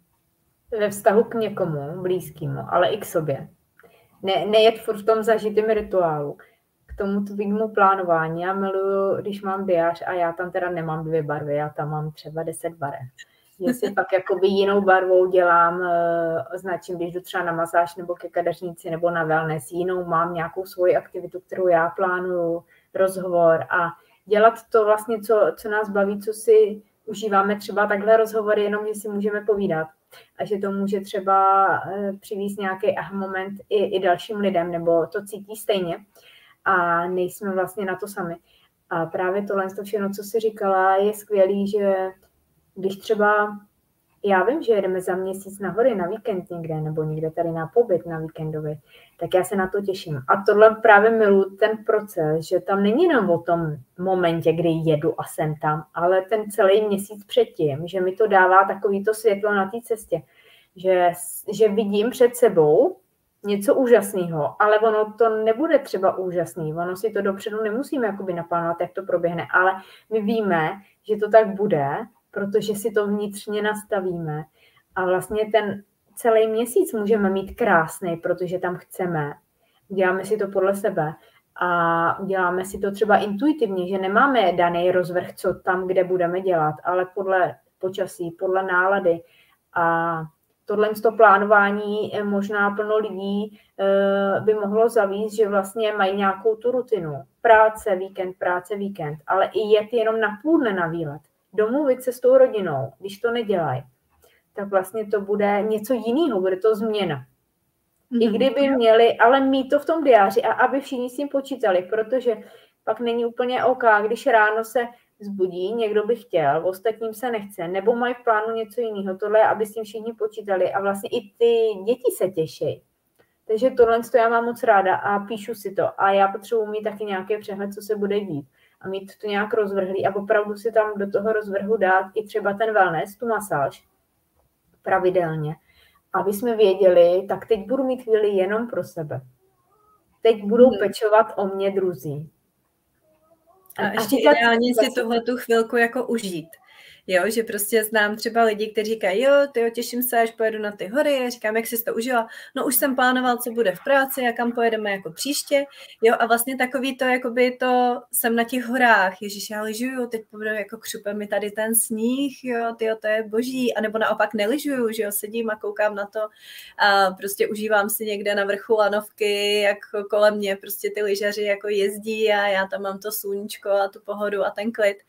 Ve vztahu k někomu blízkému, ale i k sobě. Ne, nejet furt v tom zažitém rituálu. K tomu tvýmu plánování. Já miluju, když mám diář a já tam teda nemám dvě barvy, já tam mám třeba deset barev. Že si pak jakoby jinou barvou dělám, označím, když jdu třeba na masáž nebo ke kadeřnici nebo na wellness, jinou mám nějakou svoji aktivitu, kterou já plánuju, rozhovor a dělat to vlastně, co, co nás baví, co si užíváme, třeba takhle rozhovory, jenom že si můžeme povídat. A že to může třeba přivést nějaký aha moment i, i dalším lidem, nebo to cítí stejně a nejsme vlastně na to sami. A právě tohle, to všechno, co jsi říkala, je skvělý, že když třeba, já vím, že jedeme za měsíc na hory na víkend někde, nebo někde tady na pobyt na víkendový, tak já se na to těším. A tohle právě miluji ten proces, že tam není jenom o tom momentě, kdy jedu a jsem tam, ale ten celý měsíc předtím, že mi to dává takovýto světlo na té cestě, že, že vidím před sebou něco úžasného, ale ono to nebude třeba úžasný, ono si to dopředu nemusíme jakoby naplánovat, jak to proběhne, ale my víme, že to tak bude, protože si to vnitřně nastavíme a vlastně ten celý měsíc můžeme mít krásný, protože tam chceme. Děláme si to podle sebe a uděláme si to třeba intuitivně, že nemáme daný rozvrh, co tam, kde budeme dělat, ale podle počasí, podle nálady. A tohle z toho plánování možná plno lidí by mohlo zavíst, že vlastně mají nějakou tu rutinu. Práce, víkend, práce, víkend, ale i jet jenom na půl dne na výlet. Domluvit se s tou rodinou, když to nedělají, tak vlastně to bude něco jiného, bude to změna. Mm-hmm. I kdyby měli, ale mít to v tom diáři a aby všichni s tím počítali, protože pak není úplně OK, když ráno se vzbudí, někdo by chtěl, ostatním se nechce, nebo mají v plánu něco jiného, tohle, aby s tím všichni počítali a vlastně i ty děti se těší. Takže tohle já mám moc ráda a píšu si to a já potřebuji mít taky nějaký přehled, co se bude dít. A mít to nějak rozvrhlý a opravdu si tam do toho rozvrhu dát i třeba ten wellness, tu masáž pravidelně, aby jsme věděli, tak teď budu mít chvíli jenom pro sebe. Teď budou pečovat o mě druzí. A, a ještě ideálně si tohle tu chvilku jako užít. Jo, že prostě znám třeba lidi, kteří říkají, jo, tyjo, těším se, až pojedu na ty hory, a říkám, jak jsi to užila, no už jsem plánoval, co bude v práci a kam pojedeme jako příště, jo, a vlastně takový to, jakoby to, jsem na těch horách, ježiš, já lyžuju, teď povedu, jako křupe mi tady ten sníh, jo, tyjo, to je boží, anebo naopak nelyžuju, že jo, sedím a koukám na to a prostě užívám si někde na vrchu lanovky, jak kolem mě prostě ty lyžaři jako jezdí a já tam mám to sluníčko a tu pohodu a ten klid,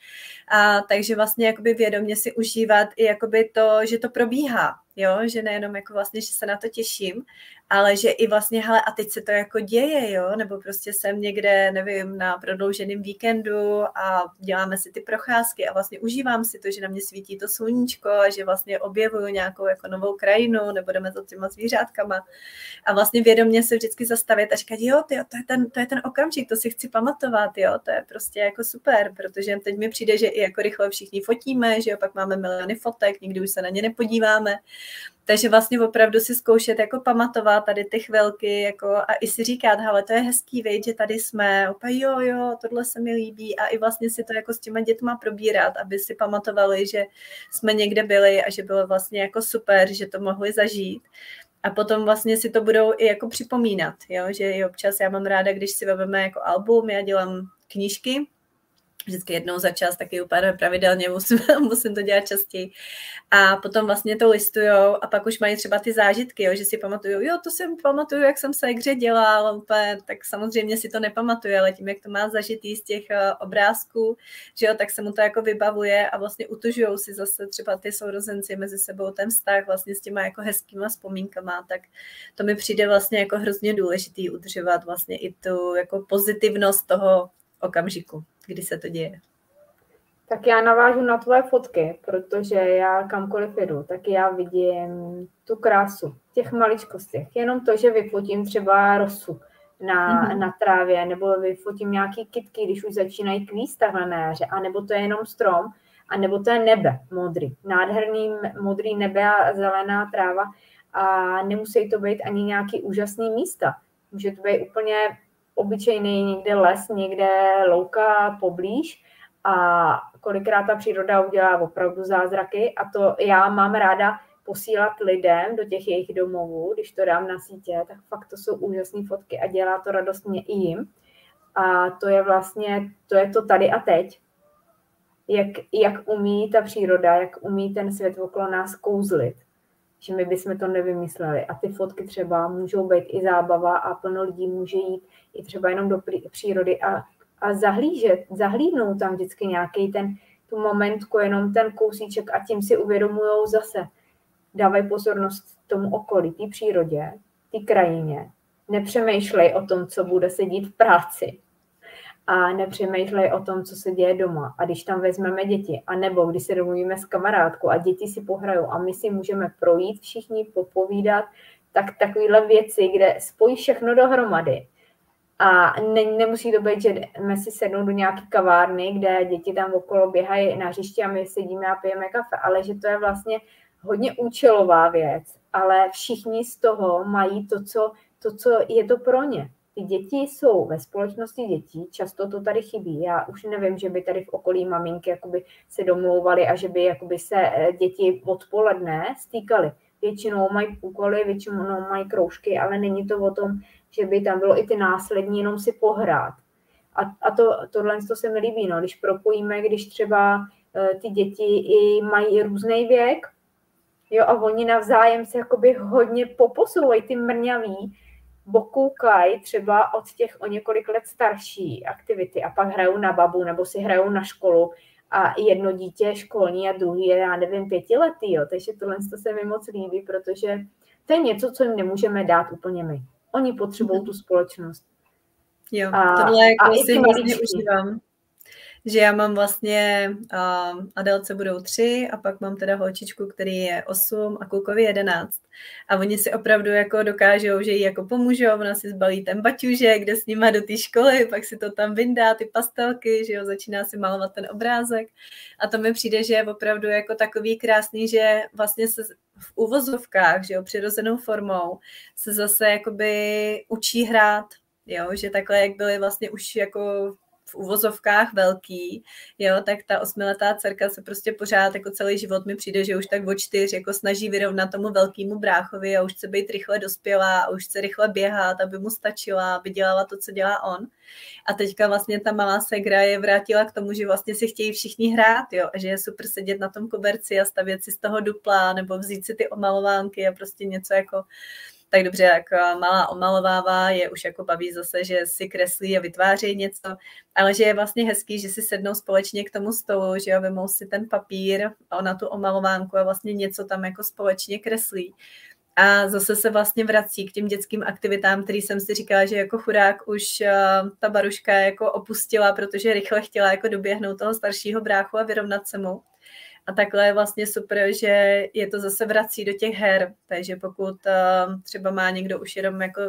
a takže vlastně jakoby vědomě si užívat i jakoby to, že to probíhá, jo, že nejenom jako vlastně, že se na to těším, ale že i vlastně, hele, a teď se to jako děje, jo, nebo prostě jsem někde, nevím, na prodlouženém víkendu a děláme si ty procházky a vlastně užívám si to, že na mě svítí to sluníčko a že vlastně objevuju nějakou jako novou krajinu, nebo jdeme za těma zvířátkama a vlastně vědomě se vždycky zastavit a říkat, jo, tyjo, to je ten, to je ten okamžik, to si chci pamatovat, jo, to je prostě jako super, protože teď mi přijde, že i jako rychle všichni fotíme, že jo, pak máme miliony fotek, nikdy už se na ně nepodíváme. Takže vlastně opravdu si zkoušet jako pamatovat tady ty chvilky jako a i si říkat, hele, to je hezký, viď, že tady jsme, opa jo, jo, tohle se mi líbí a i vlastně si to jako s těma dětma probírat, aby si pamatovali, že jsme někde byli a že bylo vlastně jako super, že to mohli zažít. A potom vlastně si to budou i jako připomínat, jo, že i občas já mám ráda, když si vezmeme jako album, já dělám knížky, vždycky jednou za čas, taky úplně pravidelně, musím, musím to dělat častěji. A potom vlastně to listujou a pak už mají třeba ty zážitky, jo, že si pamatujou, jo, to si pamatuju, jak jsem se hře dělal, úplně, tak samozřejmě si to nepamatuje, ale tím, jak to má zažitý z těch uh, obrázků, že jo, tak se mu to jako vybavuje a vlastně utužujou si zase třeba ty sourozenci mezi sebou ten vztah vlastně s těma jako hezkýma vzpomínkama, tak to mi přijde vlastně jako hrozně důležitý udržovat vlastně i tu jako pozitivnost toho okamžiku, kdy se to děje. Tak já navážu na tvoje fotky, protože já kamkoliv jedu, tak já vidím tu krásu těch maličkostech. Jenom to, že vyfotím třeba rosu na, mm-hmm. na trávě, nebo vyfotím nějaký kytky, když už začínají kvíst takhle na jaře, anebo to je jenom strom, anebo to je nebe modrý, nádherný modrý nebe a zelená tráva a nemusí to být ani nějaký úžasný místa. Může to být úplně obyčejný někde les, někde louka poblíž a kolikrát ta příroda udělá opravdu zázraky a to já mám ráda posílat lidem do těch jejich domovů, když to dám na sítě, tak fakt to jsou úžasné fotky a dělá to radost mě i jim. A to je vlastně, to je to tady a teď. Jak, jak umí ta příroda, jak umí ten svět okolo nás kouzlit. Že my bychom to nevymysleli. A ty fotky třeba můžou být i zábava a plno lidí může jít i třeba jenom do přírody a, a zahlížet, zahlídnout tam vždycky nějaký ten tu momentku, jenom ten kousíček a tím si uvědomujou zase. Dávají pozornost tomu okolí, té přírodě, té krajině. Nepřemýšlej o tom, co bude se dít v práci. A nepřemýšlej o tom, co se děje doma. A když tam vezmeme děti, a nebo když se domluvíme s kamarádkou a děti si pohrajou a my si můžeme projít všichni, popovídat, tak takovéhle věci, kde spojí všechno dohromady. A ne, nemusí to být, že my si sednou do nějaké kavárny, kde děti tam okolo běhají na hřišti a my sedíme a pijeme kafe, ale že to je vlastně hodně účelová věc, ale všichni z toho mají to, co, to, co je to pro ně. Ty děti jsou ve společnosti dětí, často to tady chybí. Já už nevím, že by tady v okolí maminky jakoby se domlouvaly a že by jakoby se děti odpoledne stýkaly. Většinou mají úkoly, většinou mají kroužky, ale není to o tom, že by tam bylo i ty následní jenom si pohrát. A, a to, tohle to se mi líbí, no, když propojíme, když třeba uh, ty děti i mají různý věk, jo, a oni navzájem se jakoby hodně poposouvají, ty mrňaví, bokoukají třeba od těch o několik let starší aktivity a pak hrajou na babu nebo si hrajou na školu a jedno dítě je školní a druhý je, já nevím, pětiletý, jo, takže tohle to se mi moc líbí, protože to je něco, co jim nemůžeme dát úplně my. Oni potřebují tu společnost. Jo, a, tohle jako si vlastně užívám. Že já mám vlastně, uh, Adelce budou tři a pak mám teda holčičku, který je osm a klukovi jedenáct. A oni si opravdu jako dokážou, že jí jako pomůžou, ona si zbalí ten baťužek, jde s nima do té školy, pak si to tam vyndá, ty pastelky, že jo, začíná si malovat ten obrázek. A to mi přijde, že je opravdu jako takový krásný, že vlastně se v uvozovkách, že jo, přirozenou formou se zase jakoby učí hrát, jo, že takhle, jak byly vlastně už jako v uvozovkách velký, jo, tak ta osmiletá dcerka se prostě pořád jako celý život mi přijde, že už tak o čtyř jako snaží vyrovnat tomu velkému bráchovi a už chce být rychle dospělá a už chce rychle běhat, aby mu stačila, aby dělala to, co dělá on. A teďka vlastně ta malá segra je vrátila k tomu, že vlastně si chtějí všichni hrát, jo, a že je super sedět na tom koberci a stavět si z toho dupla nebo vzít si ty omalovánky a prostě něco jako tak dobře, jak malá omalovává, je už jako baví zase, že si kreslí a vytváří něco, ale že je vlastně hezký, že si sednou společně k tomu stolu, že jo, vemou si ten papír na tu omalovánku a vlastně něco tam jako společně kreslí. A zase se vlastně vrací k těm dětským aktivitám, který jsem si říkala, že jako chudák už ta baruška jako opustila, protože rychle chtěla jako doběhnout toho staršího bráchu a vyrovnat se mu. A takhle je vlastně super, že je to zase vrací do těch her, takže pokud uh, třeba má někdo už jenom jako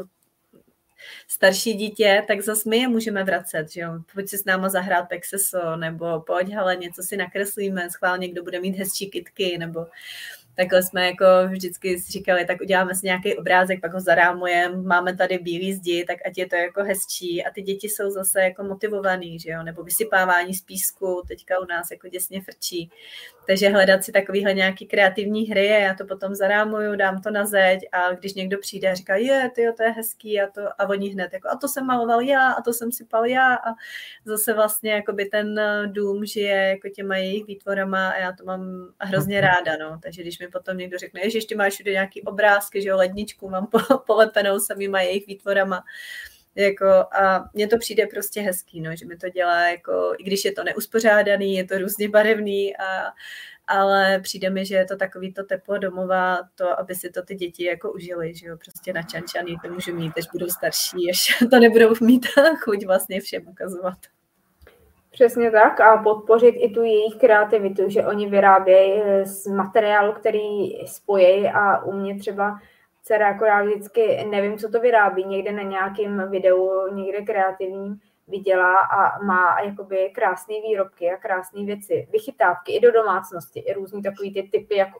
starší dítě, tak zase my je můžeme vracet, že jo, pojď si s náma zahrát Pexeso, nebo pojď, hele, něco si nakreslíme, schválně někdo bude mít hezčí kytky, nebo takhle jsme jako vždycky si říkali, tak uděláme si nějaký obrázek, pak ho zarámujeme, máme tady bílý zdi, tak ať je to jako hezčí a ty děti jsou zase jako motivovaný, že jo, nebo vysypávání z písku, teďka u nás jako děsně frčí. Takže hledat si takovýhle nějaký kreativní hry, já to potom zarámuju, dám to na zeď a když někdo přijde a říká, je, tyjo, to je hezký a, to, a oni hned jako, a to jsem maloval já a to jsem sypal já a zase vlastně jakoby ten dům žije jako těma jejich výtvorama a já to mám hrozně ráda, no, takže když mi potom někdo řekne, že ještě máš všude nějaký obrázky, že jo, ledničku mám polepenou samýma jejich výtvorama, jako a mně to přijde prostě hezký, no, že mi to dělá jako, i když je to neuspořádaný, je to různě barevný, a, ale přijde mi, že je to takový to teplo domova, to, aby si to ty děti jako užili, že jo, prostě načančaný, to můžu mít, až budou starší, až to nebudou mít chuť vlastně všem ukazovat. Přesně tak a podpořit i tu jejich kreativitu, že oni vyrábějí z materiálu, který spojí a u mě třeba dcera jako já vždycky nevím, co to vyrábí, někde na nějakém videu, někde kreativním viděla a má jakoby krásné výrobky a krásné věci, vychytávky i do domácnosti, i různý takový ty typy, jak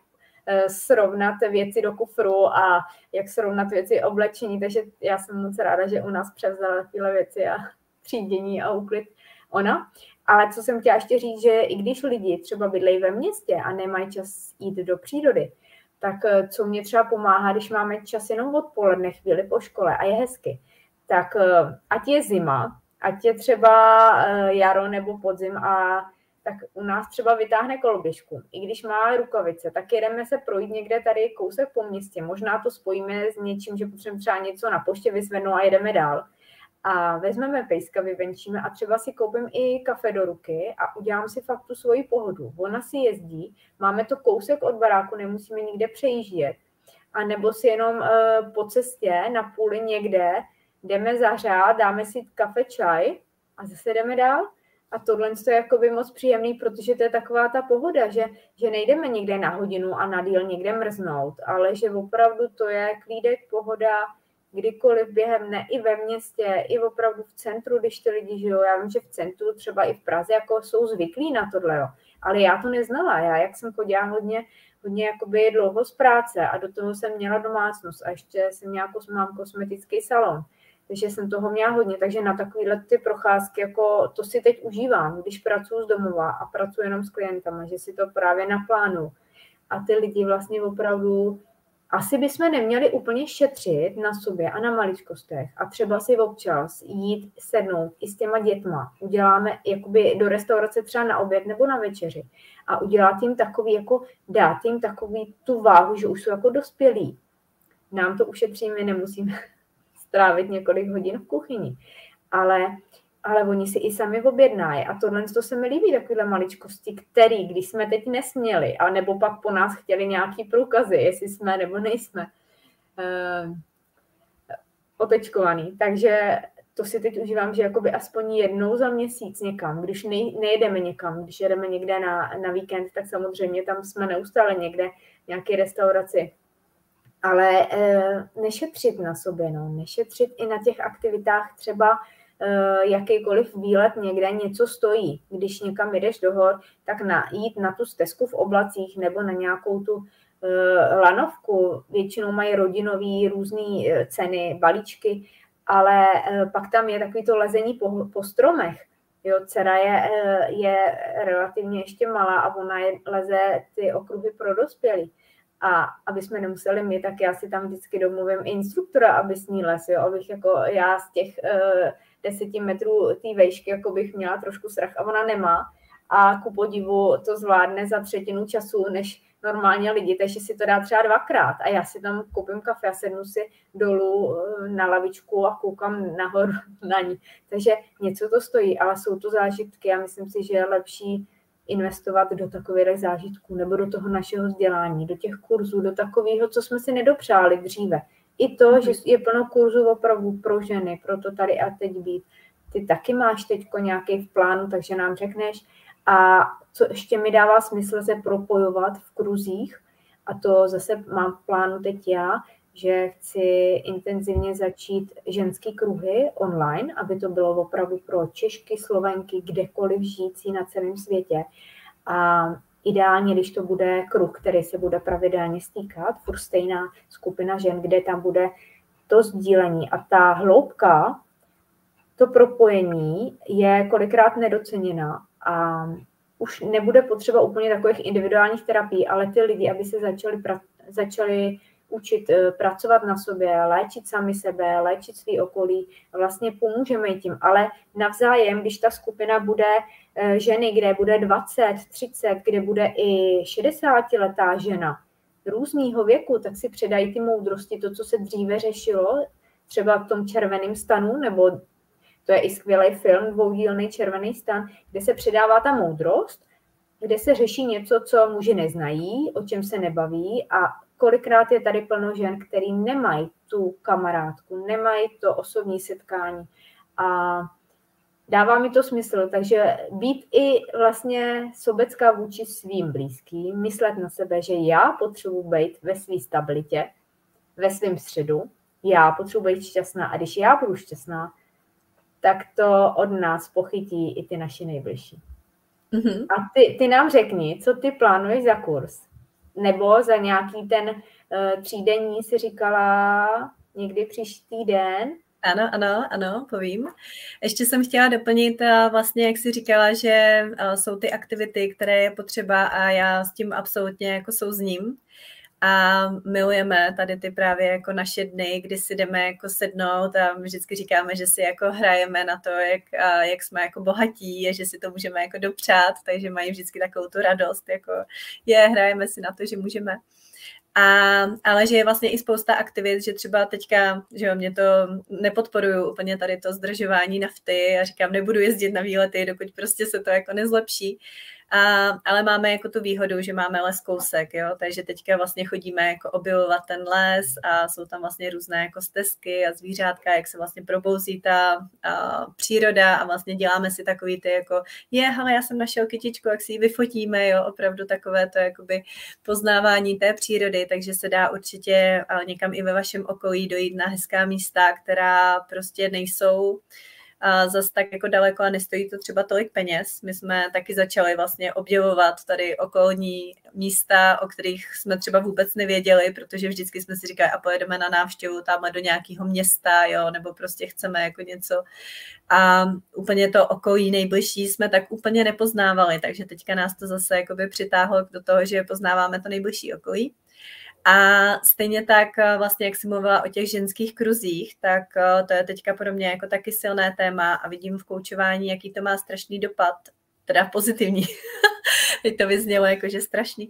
srovnat věci do kufru a jak srovnat věci oblečení, takže já jsem moc ráda, že u nás převzala tyhle věci a třídění a úklid ona. Ale co jsem chtěla ještě říct, že i když lidi třeba bydlejí ve městě a nemají čas jít do přírody, tak co mě třeba pomáhá, když máme čas jenom odpoledne, chvíli po škole a je hezky, tak ať je zima, ať je třeba jaro nebo podzim a tak u nás třeba vytáhne koloběžku. I když má rukavice, tak jedeme se projít někde tady kousek po městě. Možná to spojíme s něčím, že potřebujeme třeba něco na poště vyzvednout a jedeme dál. A vezmeme pejska, vyvenčíme a třeba si koupím i kafe do ruky a udělám si fakt tu svoji pohodu. Ona si jezdí, máme to kousek od baráku, nemusíme nikde přejíždět. A nebo si jenom uh, po cestě na půli někde jdeme zařát, dáme si kafe, čaj a zase jdeme dál. A tohle je jakoby moc příjemný, protože to je taková ta pohoda, že, že nejdeme někde na hodinu a na díl někde mrznout, ale že opravdu to je klídek, pohoda, kdykoliv během dne, i ve městě, i opravdu v centru, když ty lidi žijou. Já vím, že v centru, třeba i v Praze, jako jsou zvyklí na tohle, jo. Ale já to neznala. Já, jak jsem chodila hodně, hodně jakoby dlouho z práce a do toho jsem měla domácnost a ještě jsem měla, mám kosmetický salon. Takže jsem toho měla hodně, takže na takovýhle ty procházky, jako to si teď užívám, když pracuji z domova a pracuji jenom s klientama, že si to právě naplánu. A ty lidi vlastně opravdu, asi bychom neměli úplně šetřit na sobě a na maličkostech a třeba si občas jít sednout i s těma dětma. Uděláme jakoby do restaurace třeba na oběd nebo na večeři a udělat jim takový, jako dát jim takový tu váhu, že už jsou jako dospělí. Nám to ušetříme, nemusíme strávit několik hodin v kuchyni, ale, ale oni si i sami objednají a tohle to se mi líbí, takovéhle maličkosti, který, když jsme teď nesměli, a nebo pak po nás chtěli nějaký průkazy, jestli jsme nebo nejsme uh, otečkovaný, takže to si teď užívám, že jakoby aspoň jednou za měsíc někam, když nej, nejedeme někam, když jedeme někde na, na víkend, tak samozřejmě tam jsme neustále někde v nějaké restauraci. Ale e, nešetřit na sobě, no, nešetřit i na těch aktivitách, třeba e, jakýkoliv výlet někde něco stojí. Když někam jdeš do hor, tak na, jít na tu stezku v oblacích nebo na nějakou tu e, lanovku. Většinou mají rodinový různý e, ceny, balíčky, ale e, pak tam je takový to lezení po, po stromech. Jo, dcera je, e, je relativně ještě malá a ona je, leze ty okruhy pro dospělí. A aby jsme nemuseli mít, tak já si tam vždycky domluvím instruktora, aby s ní les, jo, abych jako já z těch uh, deseti metrů té vejšky jako bych měla trošku strach a ona nemá. A ku podivu to zvládne za třetinu času, než normálně lidi, takže si to dá třeba dvakrát. A já si tam koupím kafe a sednu si dolů na lavičku a koukám nahoru na ní. Takže něco to stojí, ale jsou to zážitky a myslím si, že je lepší investovat do takových zážitků nebo do toho našeho vzdělání, do těch kurzů, do takového, co jsme si nedopřáli dříve. I to, že je plno kurzů opravdu pro ženy, proto tady a teď být. Ty taky máš teďko nějaký v plánu, takže nám řekneš. A co ještě mi dává smysl se propojovat v kruzích, a to zase mám v plánu teď já, že chci intenzivně začít ženský kruhy online, aby to bylo opravdu pro Češky, Slovenky, kdekoliv žijící na celém světě. A ideálně, když to bude kruh, který se bude pravidelně stýkat, furt stejná skupina žen, kde tam bude to sdílení a ta hloubka, to propojení je kolikrát nedoceněna a už nebude potřeba úplně takových individuálních terapií, ale ty lidi, aby se začali, pra- začali učit pracovat na sobě, léčit sami sebe, léčit svý okolí, vlastně pomůžeme i tím, ale navzájem, když ta skupina bude ženy, kde bude dvacet, třicet, kde bude i šedesátiletá žena různýho věku, tak si předají ty moudrosti, to, co se dříve řešilo, třeba v tom Červeném stanu, nebo to je i skvělý film, dvoudílný Červený stan, kde se předává ta moudrost, kde se řeší něco, co muži neznají, o čem se nebaví a kolikrát je tady plno žen, který nemají tu kamarádku, nemají to osobní setkání a dává mi to smysl, takže být i vlastně sobecká vůči svým blízkým, myslet na sebe, že já potřebuji být ve své stabilitě, ve svém středu, já potřebuji být šťastná a když já budu šťastná, tak to od nás pochytí i ty naši nejbližší. Mm-hmm. A ty, ty nám řekni, co ty plánuješ za kurz? Nebo za nějaký ten uh, třídenní, si říkala někdy příští týden? Ano, ano, ano, povím. Ještě jsem chtěla doplnit vlastně, jak jsi říkala, že jsou ty aktivity, které je potřeba a já s tím absolutně jako souzním. A milujeme tady ty právě jako naše dny, kdy si jdeme jako sednout a my vždycky říkáme, že si jako hrajeme na to, jak, jak jsme jako bohatí a že si to můžeme jako dopřát, takže mají vždycky takovou tu radost, jako je, hrajeme si na to, že můžeme. A, ale že je vlastně i spousta aktivit, že třeba teďka, že jo, mě to nepodporuju úplně tady to zdržování nafty a říkám, nebudu jezdit na výlety, dokud prostě se to jako nezlepší. A, ale máme jako tu výhodu, že máme les kousek, jo, takže teďka vlastně chodíme jako objevovat ten les a jsou tam vlastně různé jako stezky a zvířátka, jak se vlastně probouzí ta a, příroda a vlastně děláme si takový ty jako, je, hele, já jsem našel kytičku, jak si ji vyfotíme, jo, opravdu takové to jakoby poznávání té přírody, takže se dá určitě někam i ve vašem okolí dojít na hezká místa, která prostě nejsou a zas tak jako daleko a nestojí to třeba tolik peněz. My jsme taky začali vlastně objevovat tady okolní místa, o kterých jsme třeba vůbec nevěděli, protože vždycky jsme si říkali, a pojedeme na návštěvu tamhle do nějakého města, jo, nebo prostě chceme jako něco. A úplně to okolí nejbližší jsme tak úplně nepoznávali, takže teďka nás to zase jakoby přitáhlo do toho, že poznáváme to nejbližší okolí. A stejně tak vlastně, jak jsi mluvila o těch ženských kruzích, tak to je teďka pro mě jako taky silné téma a vidím v koučování, jaký to má strašný dopad, teda pozitivní. Teď to vyznělo jako, že strašný.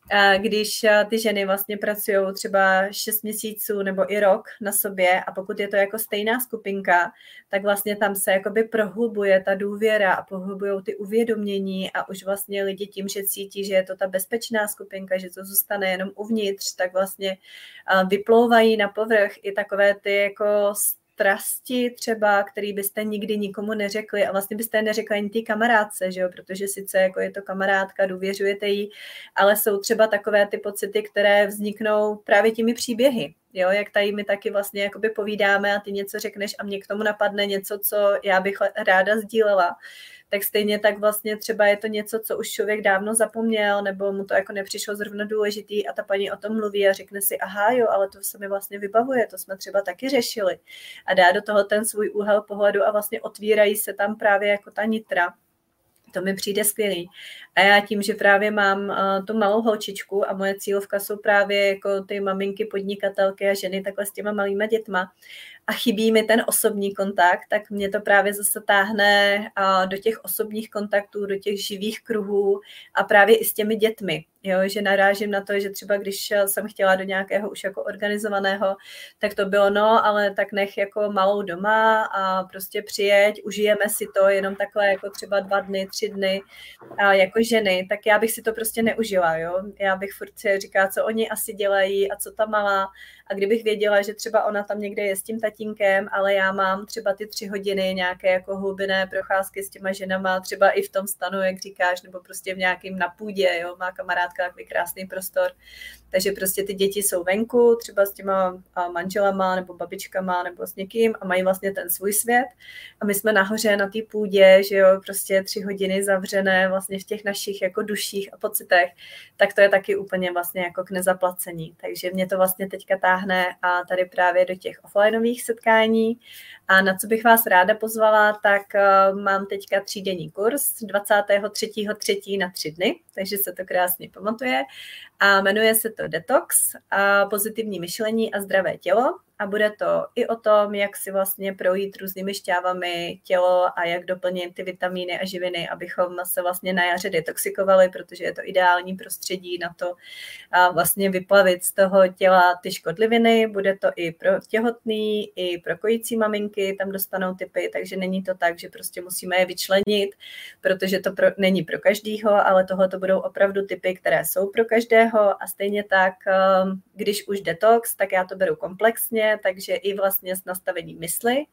Když ty ženy vlastně pracují třeba šest měsíců nebo i rok na sobě a pokud je to jako stejná skupinka, tak vlastně tam se jakoby prohlubuje ta důvěra a prohlubují ty uvědomění a už vlastně lidi tím, že cítí, že je to ta bezpečná skupinka, že to zůstane jenom uvnitř, tak vlastně vyplouvají na povrch i takové ty jako strasti třeba, který byste nikdy nikomu neřekli a vlastně byste neřekli ani té kamarádce, že jo, protože sice jako je to kamarádka, důvěřujete jí, ale jsou třeba takové ty pocity, které vzniknou právě těmi příběhy, jo, jak tady my taky vlastně jakoby povídáme a ty něco řekneš a mě k tomu napadne něco, co já bych ráda sdílela, tak stejně tak vlastně třeba je to něco, co už člověk dávno zapomněl, nebo mu to jako nepřišlo zrovna důležitý a ta paní o tom mluví a řekne si, aha jo, ale to se mi vlastně vybavuje, to jsme třeba taky řešili. A dá do toho ten svůj úhel pohledu a vlastně otvírají se tam právě jako ta nitra. To mi přijde skvělý. A já tím, že právě mám uh, tu malou holčičku a moje cílovka jsou právě jako ty maminky, podnikatelky a ženy takhle s těma malýma dětma a chybí mi ten osobní kontakt, tak mě to právě zase táhne uh, do těch osobních kontaktů, do těch živých kruhů a právě i s těmi dětmi. Jo, že narážím na to, že třeba když jsem chtěla do nějakého už jako organizovaného, tak to bylo no, ale tak nech jako malou doma a prostě přijeď, užijeme si to jenom takhle jako třeba dva dny, tři dny a jako ženy, tak já bych si to prostě neužila, jo. Já bych furt si říkala, co oni asi dělají a co ta malá a kdybych věděla, že třeba ona tam někde je s tím tatínkem, ale já mám třeba ty tři hodiny nějaké jako hlubinné procházky s těma ženama, třeba i v tom stanu, jak říkáš, nebo prostě v nějakým na půdě, jo, má kamarád takový krásný prostor. Takže prostě ty děti jsou venku, třeba s těma manželama nebo babičkama nebo s někým a mají vlastně ten svůj svět. A my jsme nahoře na té půdě, že jo, prostě tři hodiny zavřené vlastně v těch našich jako duších a pocitech, tak to je taky úplně vlastně jako k nezaplacení. Takže mě to vlastně teďka táhne a tady právě do těch offlineových setkání. A na co bych vás ráda pozvala, tak uh, mám teďka třídenní kurz dvacátého třetího třetího na tři dny, takže se to krásně pamatuje. A jmenuje se to Detox a pozitivní myšlení a zdravé tělo. A bude to i o tom, jak si vlastně projít různými šťávami tělo a jak doplnit ty vitamíny a živiny, abychom se vlastně na jaře detoxikovali, protože je to ideální prostředí na to a vlastně vyplavit z toho těla ty škodliviny. Bude to i pro těhotný, i pro kojící maminky, tam dostanou tipy, takže není to tak, že prostě musíme je vyčlenit, protože to pro, není pro každýho, ale tohle to budou opravdu tipy, které jsou pro každého a stejně tak, když už detox, tak já to beru komplexně, takže i vlastně s nastavením mysli,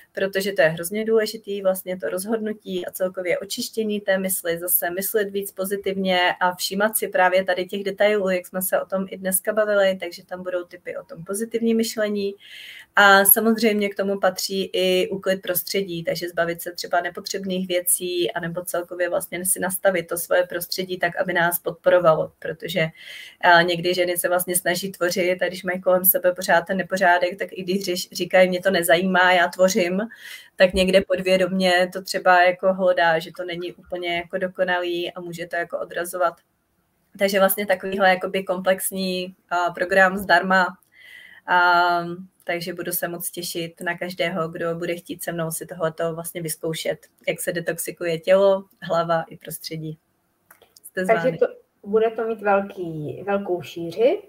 protože to je hrozně důležitý, vlastně to rozhodnutí a celkově očištění té mysli, zase myslet víc pozitivně a všímat si právě tady těch detailů, jak jsme se o tom i dneska bavili, takže tam budou tipy o tom pozitivním myšlení. A samozřejmě k tomu patří i úklid prostředí, takže zbavit se třeba nepotřebných věcí anebo celkově vlastně si nastavit to svoje prostředí tak, aby nás podporovalo, protože někdy ženy se vlastně snaží tvořit a když mají kolem sebe pořád ten nepořádek, tak i když říkají, mě to nezajímá, já tvořím, tak někde podvědomě to třeba jako hlodá, že to není úplně jako dokonalý a může to jako odrazovat. Takže vlastně takovýhle jakoby komplexní program zdarma. A, takže budu se moc těšit na každého, kdo bude chtít se mnou si tohleto vlastně vyzkoušet, jak se detoxikuje tělo, hlava i prostředí. Jste takže to, bude to mít velký, velkou šíři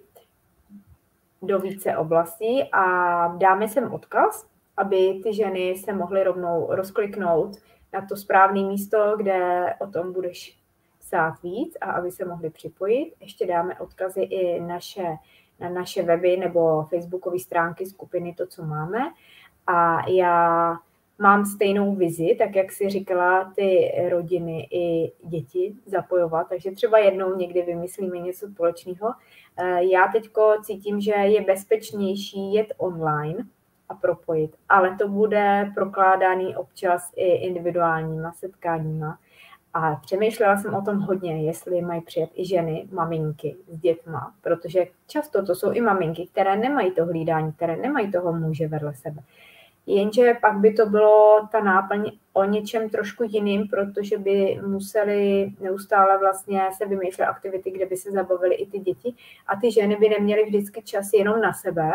do více oblastí a dáme sem odkaz, aby ty ženy se mohly rovnou rozkliknout na to správné místo, kde o tom budeš psát víc a aby se mohly připojit. Ještě dáme odkazy i naše na naše weby nebo facebookové stránky skupiny, to, co máme. A já mám stejnou vizi, tak jak si říkala, ty rodiny i děti zapojovat, takže třeba jednou někdy vymyslíme něco společného. Já teďko cítím, že je bezpečnější jet online a propojit, ale to bude prokládaný občas i individuálníma setkáníma. A přemýšlela jsem o tom hodně, jestli mají přijet i ženy, maminky s dětma, protože často to jsou i maminky, které nemají to hlídání, které nemají toho muže vedle sebe. Jenže pak by to bylo ta náplň o něčem trošku jiným, protože by museli neustále vlastně se vymýšlet aktivity, kde by se zabavily i ty děti a ty ženy by neměly vždycky čas jenom na sebe,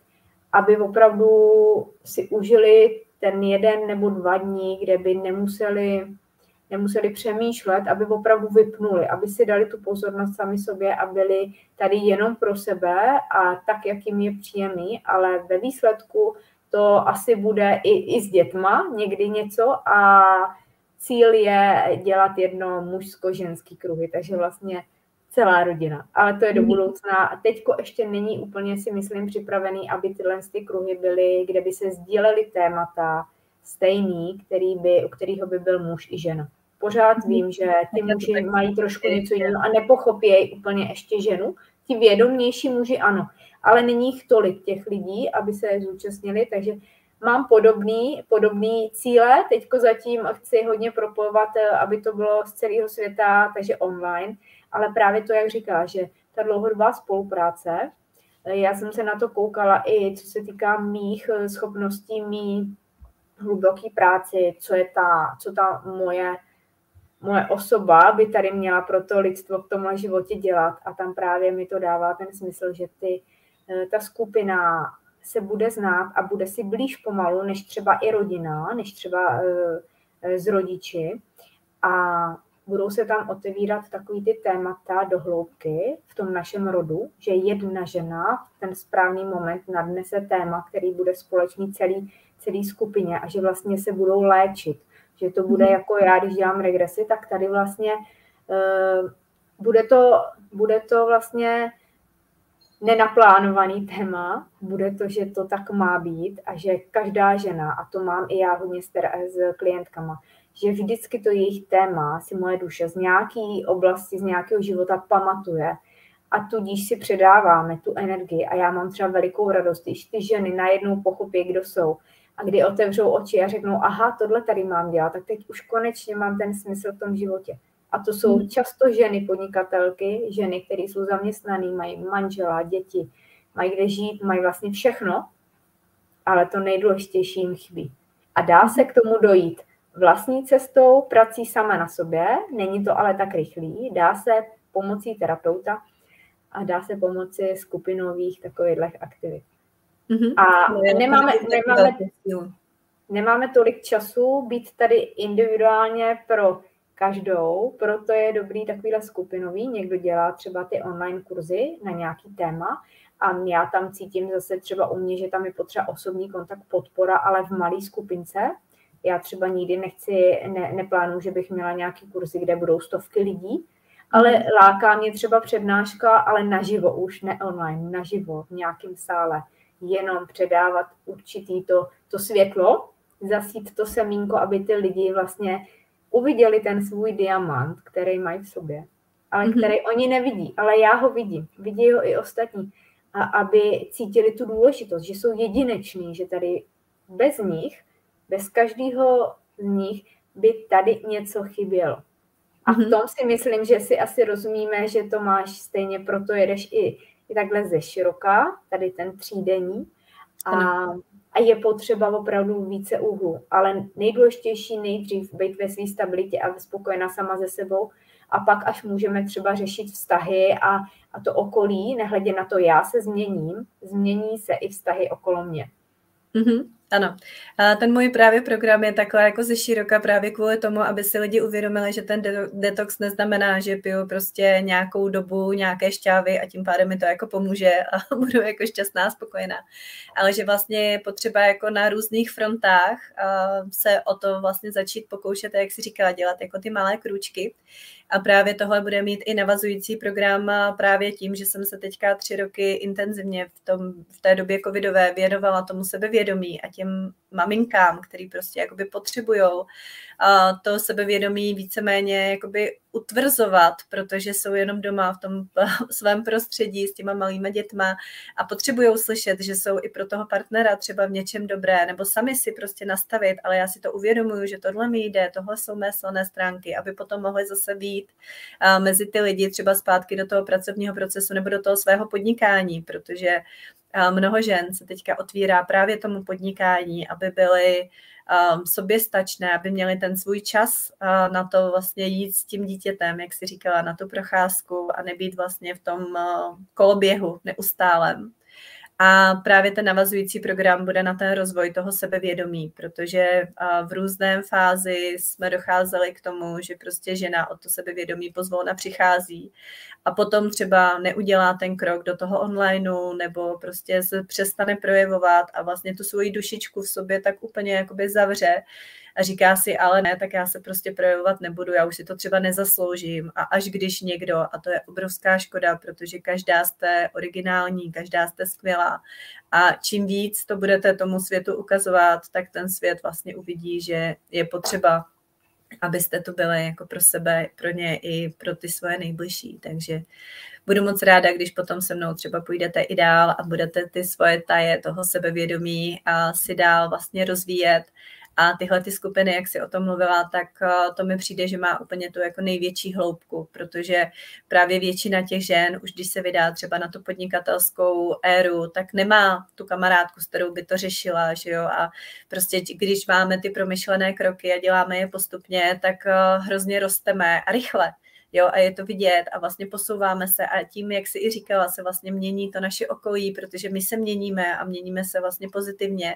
aby opravdu si užili ten jeden nebo dva dní, kde by nemuseli nemuseli přemýšlet, aby opravdu vypnuli, aby si dali tu pozornost sami sobě a byli tady jenom pro sebe a tak, jak jim je příjemný, ale ve výsledku to asi bude i, i s dětma někdy něco a cíl je dělat jedno mužsko-ženský kruhy, takže vlastně celá rodina. Ale to je do budoucna a teďko ještě není úplně, si myslím, připravený, aby tyhle ty kruhy byly, kde by se sdílely témata stejný, který by, u kterého by byl muž i žena. Pořád vím, že ty muži mají trošku něco jiného a nepochopějí úplně ještě ženu. Ti vědomější muži ano, ale není jich tolik těch lidí, aby se zúčastnili, takže mám podobný, podobný cíle. Teďko zatím chci hodně propojovat, aby to bylo z celého světa, takže online, ale právě to, jak říká, že ta dlouhodobá spolupráce, já jsem se na to koukala i co se týká mých schopností, mý hluboký práci, co je ta, co ta moje moje osoba by tady měla pro to lidstvo v tomhle životě dělat a tam právě mi to dává ten smysl, že ty, ta skupina se bude znát a bude si blíž pomalu, než třeba i rodina, než třeba z rodiči a budou se tam otevírat takový ty témata do hloubky v tom našem rodu, že jedna žena v ten správný moment nadnese téma, který bude společný celý, celý skupině a že vlastně se budou léčit. Že to bude jako já, když dělám regresy, tak tady vlastně uh, bude, to, bude to vlastně nenaplánovaný téma, bude to, že to tak má být a že každá žena, a to mám i já hodně s, s klientkama, že vždycky to jejich téma si moje duše z nějaké oblasti, z nějakého života pamatuje a tudíž si předáváme tu energii a já mám třeba velikou radost, když ty ženy najednou pochopí, kdo jsou a kdy otevřou oči a řeknou, aha, tohle tady mám dělat, tak teď už konečně mám ten smysl v tom životě. A to jsou často ženy podnikatelky, ženy, které jsou zaměstnané, mají manžela, děti, mají kde žít, mají vlastně všechno, ale to nejdůležitější jim chybí. A dá se k tomu dojít vlastní cestou, prací sama na sobě, není to ale tak rychlý, dá se pomocí terapeuta a dá se pomocí skupinových takových aktivit. Mm-hmm. A nemáme, nemáme, nemáme tolik času být tady individuálně pro každou, proto je dobrý takovýhle skupinový, někdo dělá třeba ty online kurzy na nějaký téma a já tam cítím zase třeba u mě, že tam je potřeba osobní kontakt, podpora, ale v malé skupince. Já třeba nikdy nechci, ne, neplánuju, že bych měla nějaký kurzy, kde budou stovky lidí, ale láká mě třeba přednáška, ale naživo už, ne online, naživo v nějakém sále, jenom předávat určitý to, to světlo zasít to semínko, aby ty lidi vlastně uviděli ten svůj diamant, který mají v sobě, ale mm-hmm. který oni nevidí, ale já ho vidím, vidí ho i ostatní. A aby cítili tu důležitost, že jsou jedineční, že tady bez nich, bez každého z nich by tady něco chybělo. A v tom si myslím, že si asi rozumíme, že to máš stejně, proto jedeš i, i takhle ze široka, tady ten třídenní. A, a je potřeba opravdu více úhlu. Ale nejdůležitější nejdřív být ve své stabilitě a spokojená sama se sebou. A pak až můžeme třeba řešit vztahy a, a to okolí, nehledě na to, já se změním, změní se i vztahy okolo mě. Mm-hmm. Ano, a ten můj právě program je takhle jako ze široka právě kvůli tomu, aby si lidi uvědomili, že ten detox neznamená, že piju prostě nějakou dobu nějaké šťávy a tím pádem mi to jako pomůže a budu jako šťastná a spokojená. Ale že vlastně je potřeba jako na různých frontách se o to vlastně začít pokoušet, jak si říkala, dělat jako ty malé krůčky. A právě tohle bude mít i navazující program právě tím, že jsem se teďka tři roky intenzivně v, tom, v té době covidové věnovala tomu sebevědomí a těm maminkám, který prostě jakoby potřebujou to sebevědomí víceméně jakoby utvrzovat, protože jsou jenom doma v tom svém prostředí s těma malýma dětma a potřebujou slyšet, že jsou i pro toho partnera třeba v něčem dobré, nebo sami si prostě nastavit, ale já si to uvědomuju, že tohle mi jde, tohle jsou mé silné stránky, aby potom mohli zase být mezi ty lidi třeba zpátky do toho pracovního procesu nebo do toho svého podnikání, protože mnoho žen se teďka otvírá právě tomu podnikání, aby byly um, soběstačné, aby měli ten svůj čas uh, na to vlastně jít s tím dítětem, jak jsi říkala, na tu procházku a nebýt vlastně v tom uh, koloběhu neustálem. A právě ten navazující program bude na ten rozvoj toho sebevědomí, protože v různé fázi jsme docházeli k tomu, že prostě žena o to sebevědomí pozvolna přichází a potom třeba neudělá ten krok do toho onlineu nebo prostě se přestane projevovat a vlastně tu svoji dušičku v sobě tak úplně jakoby zavře a říká si, ale ne, tak já se prostě projevovat nebudu, já už si to třeba nezasloužím a až když někdo, a to je obrovská škoda, protože každá jste originální, každá jste skvělá a čím víc to budete tomu světu ukazovat, tak ten svět vlastně uvidí, že je potřeba, abyste tu byli jako pro sebe, pro ně i pro ty svoje nejbližší, takže budu moc ráda, když potom se mnou třeba půjdete i dál a budete ty svoje taje toho sebevědomí a si dál vlastně rozvíjet. A tyhle ty skupiny, jak jsi o tom mluvila, tak to mi přijde, že má úplně tu jako největší hloubku, protože právě většina těch žen, už když se vydá třeba na tu podnikatelskou éru, tak nemá tu kamarádku, s kterou by to řešila, že jo, a prostě když máme ty promyšlené kroky a děláme je postupně, tak hrozně rosteme a rychle. Jo, a je to vidět a vlastně posouváme se a tím, jak jsi i říkala, se vlastně mění to naše okolí, protože my se měníme a měníme se vlastně pozitivně.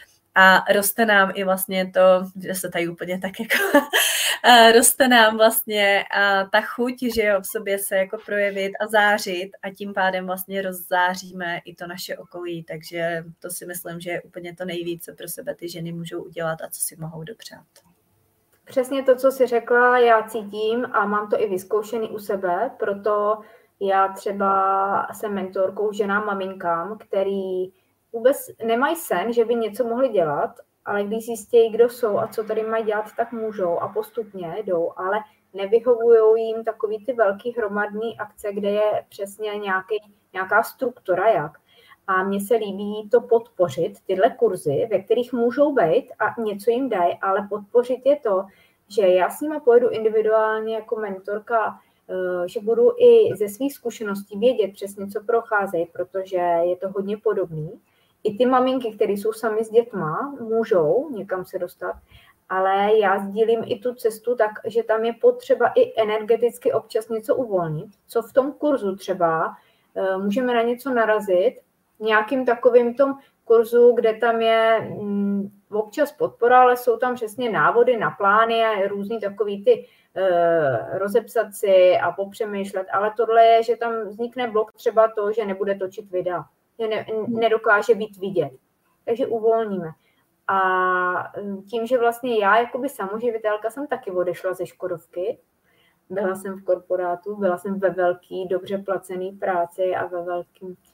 A roste nám i vlastně to, že se tady úplně tak jako, roste nám vlastně ta chuť, že jo, v sobě se jako projevit a zářit a tím pádem vlastně rozzáříme i to naše okolí, takže to si myslím, že je úplně to nejvíc, co pro sebe ty ženy můžou udělat a co si mohou dopřát. Přesně to, co jsi řekla, já cítím a mám to i vyzkoušený u sebe, proto já třeba jsem mentorkou ženám, maminkám, který vůbec nemají sen, že by něco mohli dělat, ale když zjistějí, kdo jsou a co tady mají dělat, tak můžou a postupně jdou, ale nevyhovují jim takový ty velký hromadný akce, kde je přesně nějaký, nějaká struktura jak. A mně se líbí to podpořit, tyhle kurzy, ve kterých můžou být a něco jim dají, ale podpořit je to, že já s nima pojedu individuálně jako mentorka, že budu i ze svých zkušeností vědět přesně, co procházejí, protože je to hodně podobný. I ty maminky, které jsou sami s dětma, můžou někam se dostat, ale já sdílím i tu cestu tak, že tam je potřeba i energeticky občas něco uvolnit, co v tom kurzu třeba můžeme na něco narazit, nějakým takovým tom kurzu, kde tam je mm, občas podpora, ale jsou tam přesně návody na plány a různý takový ty e, rozepsat si a popřemýšlet, ale tohle je, že tam vznikne blok třeba to, že nebude točit videa, že ne, nedokáže být vidět, takže uvolníme. A tím, že vlastně já jakoby samoživitelka jsem taky odešla ze Škodovky, byla jsem v korporátu, byla jsem ve velký, dobře placený práci a ve velkým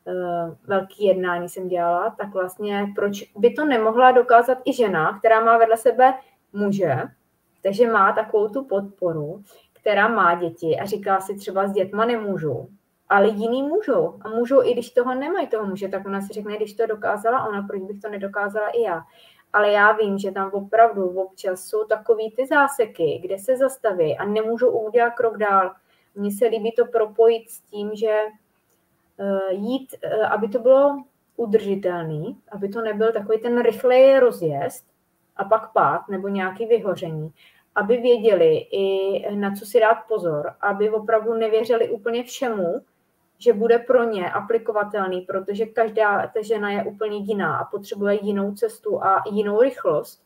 velký jednání jsem dělala, tak vlastně proč by to nemohla dokázat i žena, která má vedle sebe muže, takže má takovou tu podporu, která má děti a říká si třeba s dětma nemůžu, ale jiný můžou a můžou i když toho nemají toho muže, tak ona si řekne, když to dokázala ona, proč bych to nedokázala i já. Ale já vím, že tam opravdu občas jsou takový ty záseky, kde se zastaví a nemůžou udělat krok dál. Mně se líbí to propojit s tím, že jít, aby to bylo udržitelný, aby to nebyl takový ten rychlej rozjezd a pak pád nebo nějaký vyhoření, aby věděli i na co si dát pozor, aby opravdu nevěřili úplně všemu, že bude pro ně aplikovatelný, protože každá ta žena je úplně jiná a potřebuje jinou cestu a jinou rychlost,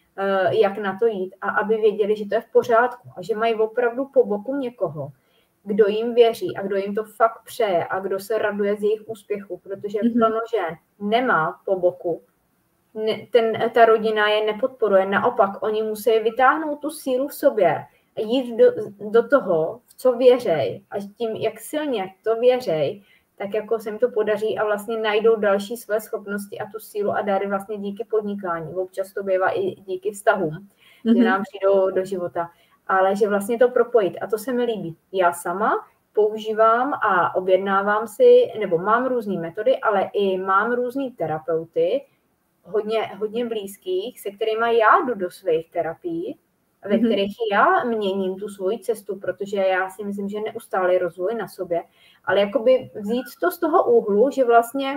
jak na to jít a aby věděli, že to je v pořádku a že mají opravdu po boku někoho, kdo jim věří a kdo jim to fakt přeje a kdo se raduje z jejich úspěchu, protože mm-hmm. plno žen nemá po boku. Ne, ten, ta rodina je nepodporuje, naopak oni musí vytáhnout tu sílu v sobě a jít do, do toho, v co věřej a tím, jak silně to věřej, tak jako se jim to podaří a vlastně najdou další své schopnosti a tu sílu a dary vlastně díky podnikání. Občas to bývá i díky vztahům, mm-hmm. že nám přijdou do života. Ale že vlastně to propojit. A to se mi líbí. Já sama používám a objednávám si, nebo mám různé metody, ale i mám různý terapeuty, hodně, hodně blízkých, se kterými já jdu do svých terapií, ve mm-hmm. kterých já měním tu svoji cestu, protože já si myslím, že neustálý rozvoj na sobě, ale jakoby vzít to z toho úhlu, že vlastně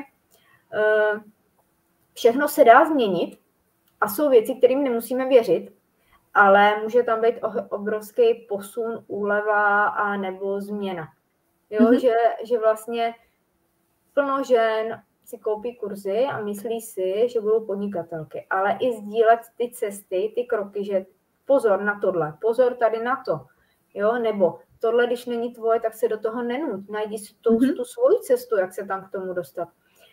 uh, všechno se dá změnit a jsou věci, kterým nemusíme věřit, ale může tam být obrovský posun, úleva a nebo změna. Jo, mm-hmm. že, že vlastně plno žen si koupí kurzy a myslí si, že budou podnikatelky, ale i sdílet ty cesty, ty kroky, že pozor na tohle, pozor tady na to, jo, nebo tohle, když není tvoje, tak se do toho nenuť, najdi si tu, mm-hmm. tu svoji cestu, jak se tam k tomu dostat.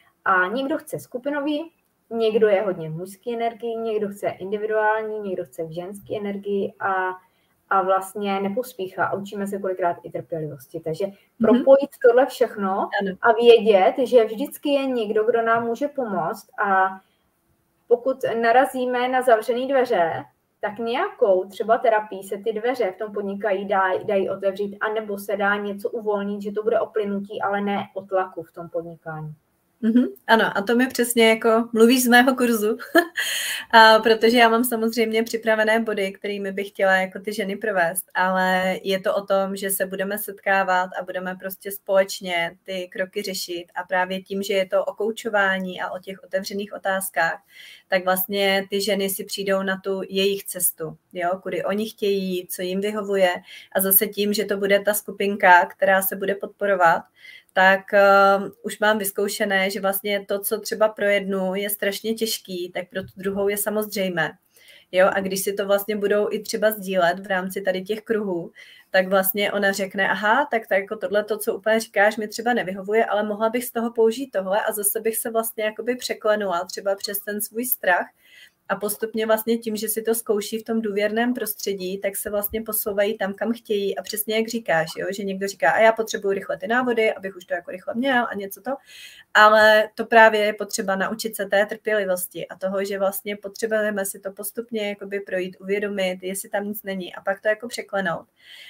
A někdo chce skupinový, někdo je hodně v mužské energii, někdo chce individuální, někdo chce v ženské energii a, a vlastně nepospíchá. Učíme se kolikrát i trpělivosti. Takže mm-hmm. propojit tohle všechno ano. A vědět, že vždycky je někdo, kdo nám může pomoct a pokud narazíme na zavřené dveře, tak nějakou třeba terapii se ty dveře v tom podnikají dají, dají otevřít, anebo se dá něco uvolnit, že to bude o plynutí, ale ne o tlaku v tom podnikání. Mm-hmm, ano, a to mi přesně jako mluvíš z mého kurzu, a protože já mám samozřejmě připravené body, kterými bych chtěla jako ty ženy provést, ale je to o tom, že se budeme setkávat a budeme prostě společně ty kroky řešit a právě tím, že je to o koučování a o těch otevřených otázkách, tak vlastně ty ženy si přijdou na tu jejich cestu, jo, kudy oni chtějí, co jim vyhovuje a zase tím, že to bude ta skupinka, která se bude podporovat, tak uh, už mám vyzkoušené, že vlastně to, co třeba pro jednu je strašně těžký, tak pro tu druhou je samozřejmé. Jo? A když si to vlastně budou i třeba sdílet v rámci tady těch kruhů, tak vlastně ona řekne, aha, tak, tak jako tohle, to, co úplně říkáš, mi třeba nevyhovuje, ale mohla bych z toho použít tohle a zase bych se vlastně jakoby překlenula třeba přes ten svůj strach a postupně vlastně tím, že si to zkouší v tom důvěrném prostředí, tak se vlastně posouvají tam, kam chtějí a přesně jak říkáš, jo? Že někdo říká, a já potřebuji rychle ty návody, abych už to jako rychle měl a něco to, ale to právě je potřeba naučit se té trpělivosti a toho, že vlastně potřebujeme si to postupně jakoby projít, uvědomit, jestli tam nic není a pak to jako překlenout.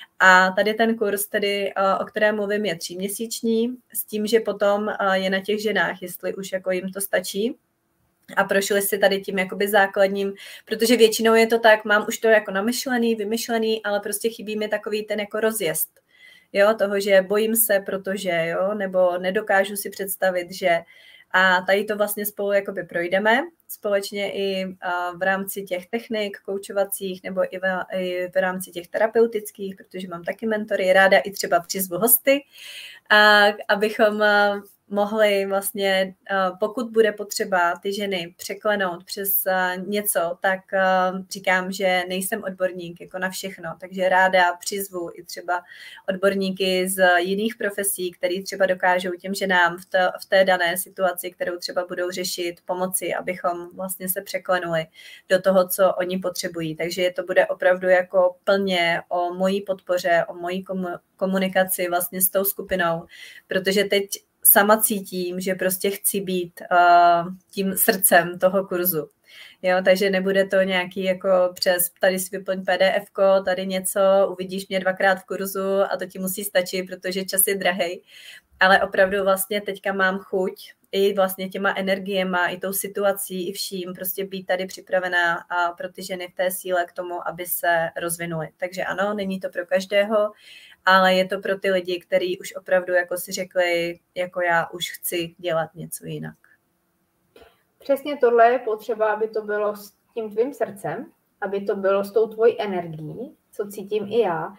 A tady ten kurz, tedy, o kterém mluvím, je tříměsíční, s tím, že potom je na těch ženách, jestli už jako jim to stačí, a prošli si tady tím jakoby základním, protože většinou je to tak, mám už to jako namyšlený, vymyšlený, ale prostě chybí mi takový ten jako rozjezd, jo, toho, že bojím se, protože, jo, nebo nedokážu si představit, že a tady to vlastně spolu jakoby projdeme, společně i v rámci těch technik koučovacích nebo i v, i v rámci těch terapeutických, protože mám taky mentory, ráda i třeba přizvu hosty, a abychom mohli vlastně, pokud bude potřeba ty ženy překlenout přes něco, tak říkám, že nejsem odborník jako na všechno, takže ráda přizvu i třeba odborníky z jiných profesí, který třeba dokážou těm ženám v, to, v té dané situaci, kterou třeba budou řešit, pomoci, abychom vlastně se překlenuli do toho, co oni potřebují. Takže to bude opravdu jako plně o mojí podpoře, o mojí komunikaci vlastně s tou skupinou, protože teď sama cítím, že prostě chci být uh, tím srdcem toho kurzu. Jo, takže nebude to nějaký jako přes tady si vyplň P D F ko, tady něco, uvidíš mě dvakrát v kurzu a to ti musí stačit, protože čas je drahej. Ale opravdu vlastně teďka mám chuť i vlastně těma energiema, i tou situací, i vším, prostě být tady připravená a pro ty ženy v té síle k tomu, aby se rozvinuly. Takže ano, není to pro každého, ale je to pro ty lidi, kteří už opravdu, jako si řekli, jako já už chci dělat něco jinak. Přesně tohle je potřeba, aby to bylo s tím tvým srdcem, aby to bylo s tou tvojí energií, co cítím i já.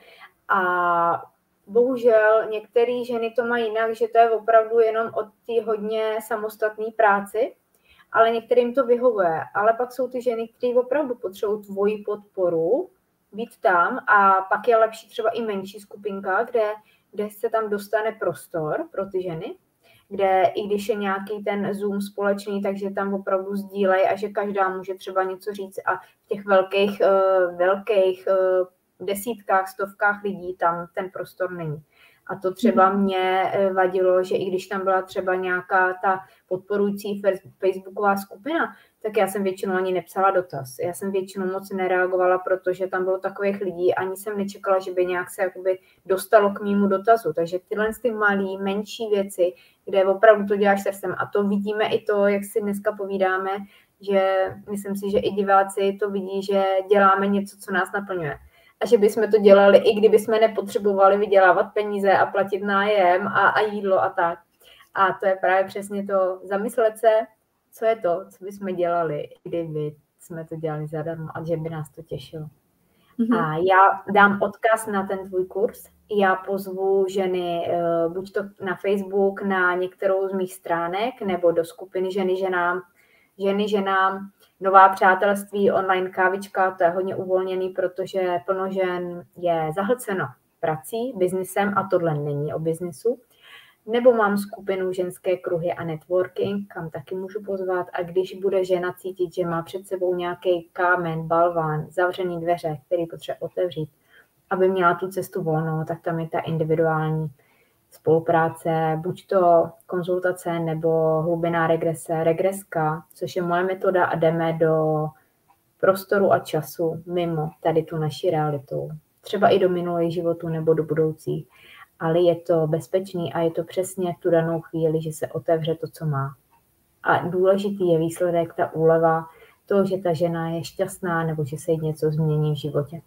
A bohužel některé ženy to mají jinak, že to je opravdu jenom od té hodně samostatné práci, ale některým to vyhovuje. Ale pak jsou ty ženy, které opravdu potřebují tvoji podporu, být tam a pak je lepší třeba i menší skupinka, kde, kde se tam dostane prostor pro ty ženy, kde i když je nějaký ten Zoom společný, takže tam opravdu sdílej a že každá může třeba něco říct a v těch velkých, uh, velkých uh, desítkách, stovkách lidí tam ten prostor není. A to třeba mě vadilo, že i když tam byla třeba nějaká ta podporující facebooková skupina, tak já jsem většinou ani nepsala dotaz. Já jsem většinou moc nereagovala, protože tam bylo takových lidí, ani jsem nečekala, že by nějak se jakoby dostalo k mému dotazu. Takže tyhle ty malé, menší věci, kde opravdu to děláš srdcem, a to vidíme i to, jak si dneska povídáme, že myslím si, že i diváci to vidí, že děláme něco, co nás naplňuje. A že bychom to dělali, i kdyby jsme nepotřebovali vydělávat peníze a platit nájem a, a jídlo a tak. A to je právě přesně to, zamyslet se, co je to, co bychom dělali, kdyby jsme to dělali zadarmo a že by nás to těšilo. Mm-hmm. A já dám odkaz na ten tvůj kurz. Já pozvu ženy, buď to na Facebook, na některou z mých stránek, nebo do skupiny ženy ženám, ženy ženám, nová přátelství, online kávička, to je hodně uvolněný, protože plno žen je zahlceno prací, biznisem a tohle není o biznisu. Nebo mám skupinu ženské kruhy a networking, kam taky můžu pozvat. A když bude žena cítit, že má před sebou nějaký kámen, balván, zavřený dveře, který potřebuje otevřít, aby měla tu cestu volnou, tak tam je ta individuální spolupráce, buď to konzultace nebo hlubiná regrese, regreska, což je moje metoda a jdeme do prostoru a času mimo tady tu naši realitu. Třeba i do minulých životů nebo do budoucích, ale je to bezpečný a je to přesně v tu danou chvíli, že se otevře to, co má. A důležitý je výsledek, ta úleva, to, že ta žena je šťastná nebo že se jí něco změní v životě.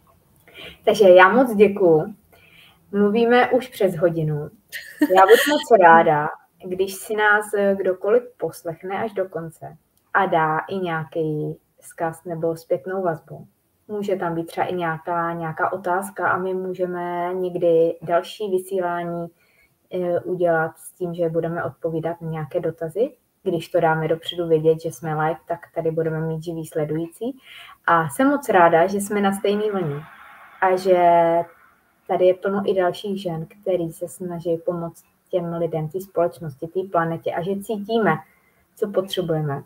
Takže já moc děkuju. Mluvíme už přes hodinu. Já budu moc ráda, když si nás kdokoliv poslechne až do konce a dá i nějaký vzkaz nebo zpětnou vazbu. Může tam být třeba i nějaká, nějaká otázka a my můžeme někdy další vysílání udělat s tím, že budeme odpovídat na nějaké dotazy. Když to dáme dopředu vědět, že jsme live, tak tady budeme mít živý sledující. A jsem moc ráda, že jsme na stejné vlně a že tady je plno i dalších žen, který se snaží pomoct těm lidem, té společnosti, té planetě a že cítíme, co potřebujeme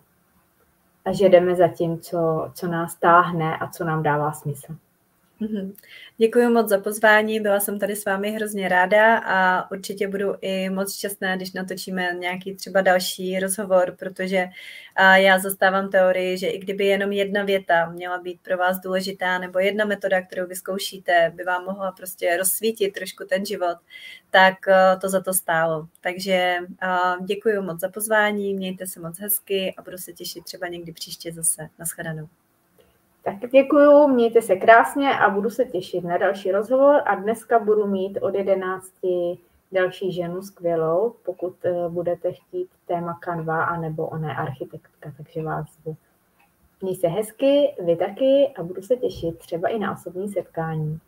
a že jdeme za tím, co, co nás táhne a co nám dává smysl. Mm-hmm. Děkuji moc za pozvání, byla jsem tady s vámi hrozně ráda a určitě budu i moc šťastná, když natočíme nějaký třeba další rozhovor, protože já zastávám teorii, že i kdyby jenom jedna věta měla být pro vás důležitá nebo jedna metoda, kterou vyzkoušíte, by vám mohla prostě rozsvítit trošku ten život, tak to za to stálo. Takže děkuji moc za pozvání, mějte se moc hezky a budu se těšit třeba někdy příště zase. Nashledanou. Tak děkuju, mějte se krásně a budu se těšit na další rozhovor a dneska budu mít od jedenácti další ženu skvělou, pokud budete chtít téma Canva anebo ona je architektka, takže vás zvu. Měj se hezky, vy taky a budu se těšit třeba i na osobní setkání.